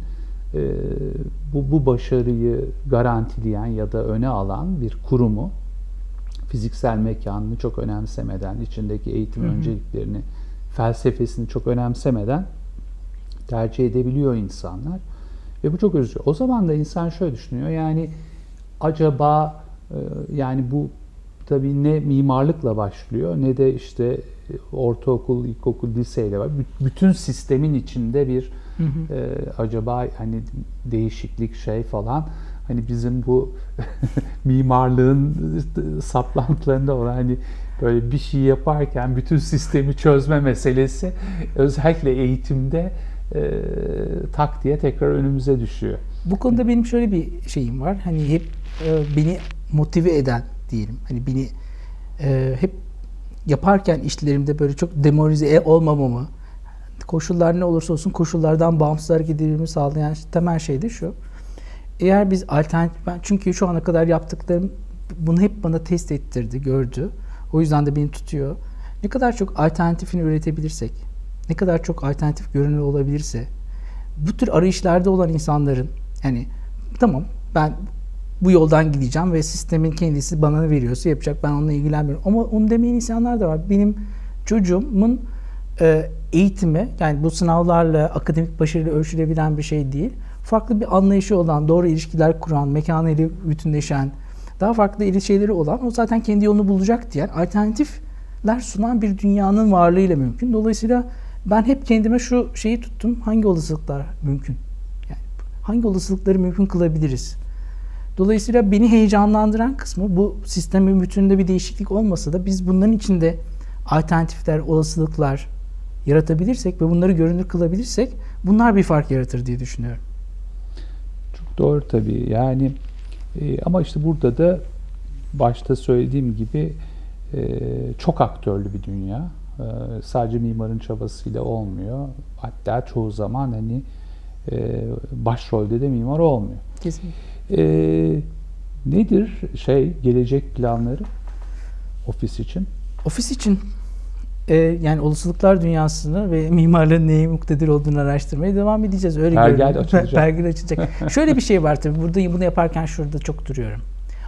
e, bu, bu başarıyı garantileyen ya da öne alan bir kurumu fiziksel mekanını çok önemsemeden, içindeki eğitim Hı hı. önceliklerini, felsefesini çok önemsemeden tercih edebiliyor insanlar. Ve bu çok üzücü. O zaman da insan şöyle düşünüyor, yani acaba e, yani bu tabii ne mimarlıkla başlıyor ne de işte ortaokul, ilkokul, liseyle var. Bütün sistemin içinde bir Hı hı. e, acaba hani değişiklik şey falan, hani bizim bu mimarlığın saplantılarında olan hani böyle bir şey yaparken bütün sistemi çözme meselesi özellikle eğitimde e, tak diye tekrar önümüze düşüyor. Bu konuda benim şöyle bir şeyim var. Hani hep e, beni motive eden diyelim. Hani beni e, hep yaparken işlerimde böyle çok demoralize olmamamı, koşullar ne olursa olsun koşullardan bağımsız hareket edebilmemi sağlayan temel şey de şu. Eğer biz alternatif, ben çünkü şu ana kadar yaptıklarım bunu hep bana test ettirdi, gördü. O yüzden de beni tutuyor. Ne kadar çok alternatifini üretebilirsek, ne kadar çok alternatif görünür olabilirse, bu tür arayışlarda olan insanların, yani tamam ben bu yoldan gideceğim ve sistemin kendisi bana ne veriyorsa yapacak, ben onunla ilgilenmiyorum. Ama onu demeyen insanlar da var. Benim çocuğumun e, eğitimi, yani bu sınavlarla, akademik başarıyla ölçülebilen bir şey değil. Farklı bir anlayışı olan, doğru ilişkiler kuran, mekanıyla bütünleşen, daha farklı ilişkileri olan, o zaten kendi yolunu bulacak diyen, alternatifler sunan bir dünyanın varlığıyla mümkün. Dolayısıyla ben hep kendime şu şeyi tuttum, hangi olasılıklar mümkün? Yani hangi olasılıkları mümkün kılabiliriz? Dolayısıyla beni heyecanlandıran kısmı, bu sistemin bütününde bir değişiklik olmasa da biz bunların içinde alternatifler, olasılıklar yaratabilirsek ve bunları görünür kılabilirsek bunlar bir fark yaratır diye düşünüyorum. Çok doğru tabii. Yani e, ama işte burada da başta söylediğim gibi e, çok aktörlü bir dünya. E, sadece mimarın çabasıyla olmuyor. Hatta çoğu zaman hani e, başrolde de mimar olmuyor. Kesinlikle. E, nedir şey gelecek planları ofis için? Ofis için e, yani olasılıklar dünyasını ve mimarların neye muktedir olduğunu araştırmaya devam edeceğiz. Öyle Pergel görünüyor. açılacak. Pergel açılacak. Şöyle bir şey var tabii. Burada bunu yaparken şurada çok duruyorum.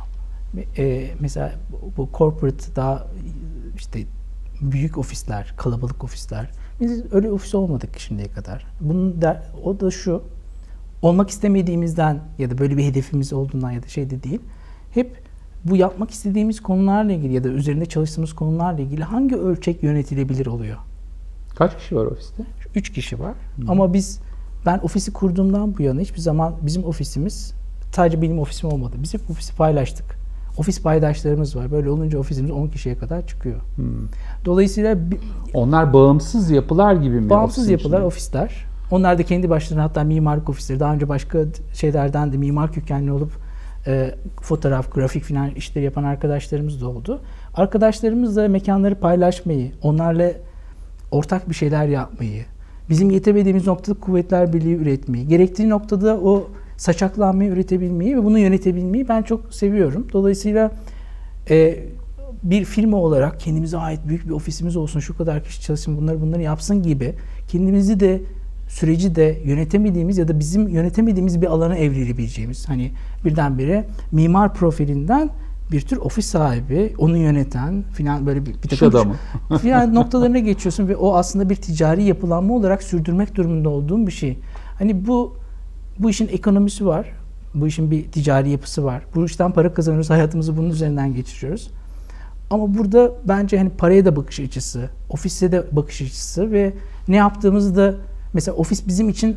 E, mesela bu corporate daha işte büyük ofisler, kalabalık ofisler. Biz öyle ofis olmadık şimdiye kadar. Bunun der, o da şu. Olmak istemediğimizden ya da böyle bir hedefimiz olduğundan ya da şey de değil. Hep bu yapmak istediğimiz konularla ilgili ya da üzerinde çalıştığımız konularla ilgili hangi ölçek yönetilebilir oluyor? Kaç kişi var ofiste? Üç kişi var. Hı. Ama biz, ben ofisi kurduğumdan bu yana hiçbir zaman bizim ofisimiz sadece benim ofisim olmadı. Biz hep ofisi paylaştık. Ofis paydaşlarımız var. Böyle olunca ofisimiz on kişiye kadar çıkıyor. Hmm. Dolayısıyla onlar bağımsız yapılar gibi mi? Bağımsız yapılar, içinde? ofisler. Onlar da kendi başlarına, hatta mimarlık ofisleri. Daha önce başka şeylerden de mimar kökenli olup e, fotoğraf, grafik falan işleri yapan arkadaşlarımız da oldu. Arkadaşlarımızla mekanları paylaşmayı, onlarla ortak bir şeyler yapmayı, bizim yetemediğimiz noktada kuvvetler birliği üretmeyi, gerektiği noktada o saçaklanmayı üretebilmeyi ve bunu yönetebilmeyi ben çok seviyorum. Dolayısıyla e, bir firma olarak kendimize ait büyük bir ofisimiz olsun, şu kadar kişi çalışsın, bunları bunları yapsın gibi kendimizi de süreci de yönetemediğimiz ya da bizim yönetemediğimiz bir alana evrilebileceğimiz, hani birdenbire mimar profilinden bir tür ofis sahibi, onu yöneten filan böyle bir, bir takım filan noktalarına geçiyorsun ve o aslında bir ticari yapılanma olarak sürdürmek durumunda olduğum bir şey. Hani bu bu işin ekonomisi var. Bu işin bir ticari yapısı var. Bu işten para kazanıyoruz, hayatımızı bunun üzerinden geçiriyoruz. Ama burada bence hani paraya da bakış açısı, ofise de bakış açısı ve ne yaptığımızı da, mesela ofis bizim için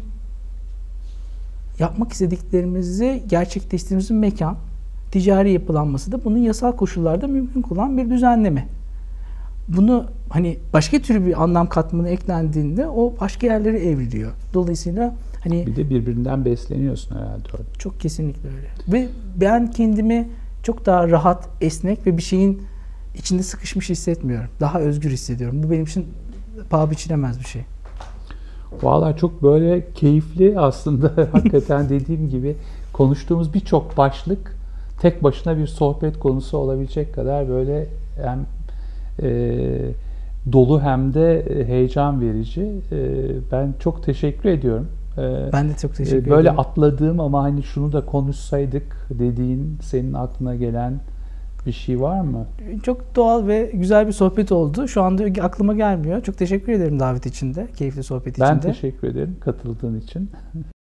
yapmak istediklerimizi gerçekleştirdiğimiz bir mekan. Ticari yapılanması da bunun yasal koşullarda mümkün kılan bir düzenleme. Bunu hani başka türlü bir anlam katmanı eklendiğinde o başka yerlere evriliyor. Dolayısıyla hani bir de birbirinden besleniyorsun herhalde orada. Çok kesinlikle öyle. Ve ben kendimi çok daha rahat, esnek ve bir şeyin içinde sıkışmış hissetmiyorum. Daha özgür hissediyorum. Bu benim için paha biçilemez bir şey. Vallahi çok böyle keyifli aslında hakikaten dediğim gibi konuştuğumuz birçok başlık tek başına bir sohbet konusu olabilecek kadar böyle hem e, dolu hem de heyecan verici. E, ben çok teşekkür ediyorum. Ee, Ben de çok teşekkür böyle ederim. atladığım ama hani şunu da konuşsaydık dediğin, senin aklına gelen bir şey var mı? Çok doğal ve güzel bir sohbet oldu. Şu anda aklıma gelmiyor. Çok teşekkür ederim davet için de, keyifli sohbet için Ben de. teşekkür ederim katıldığın için.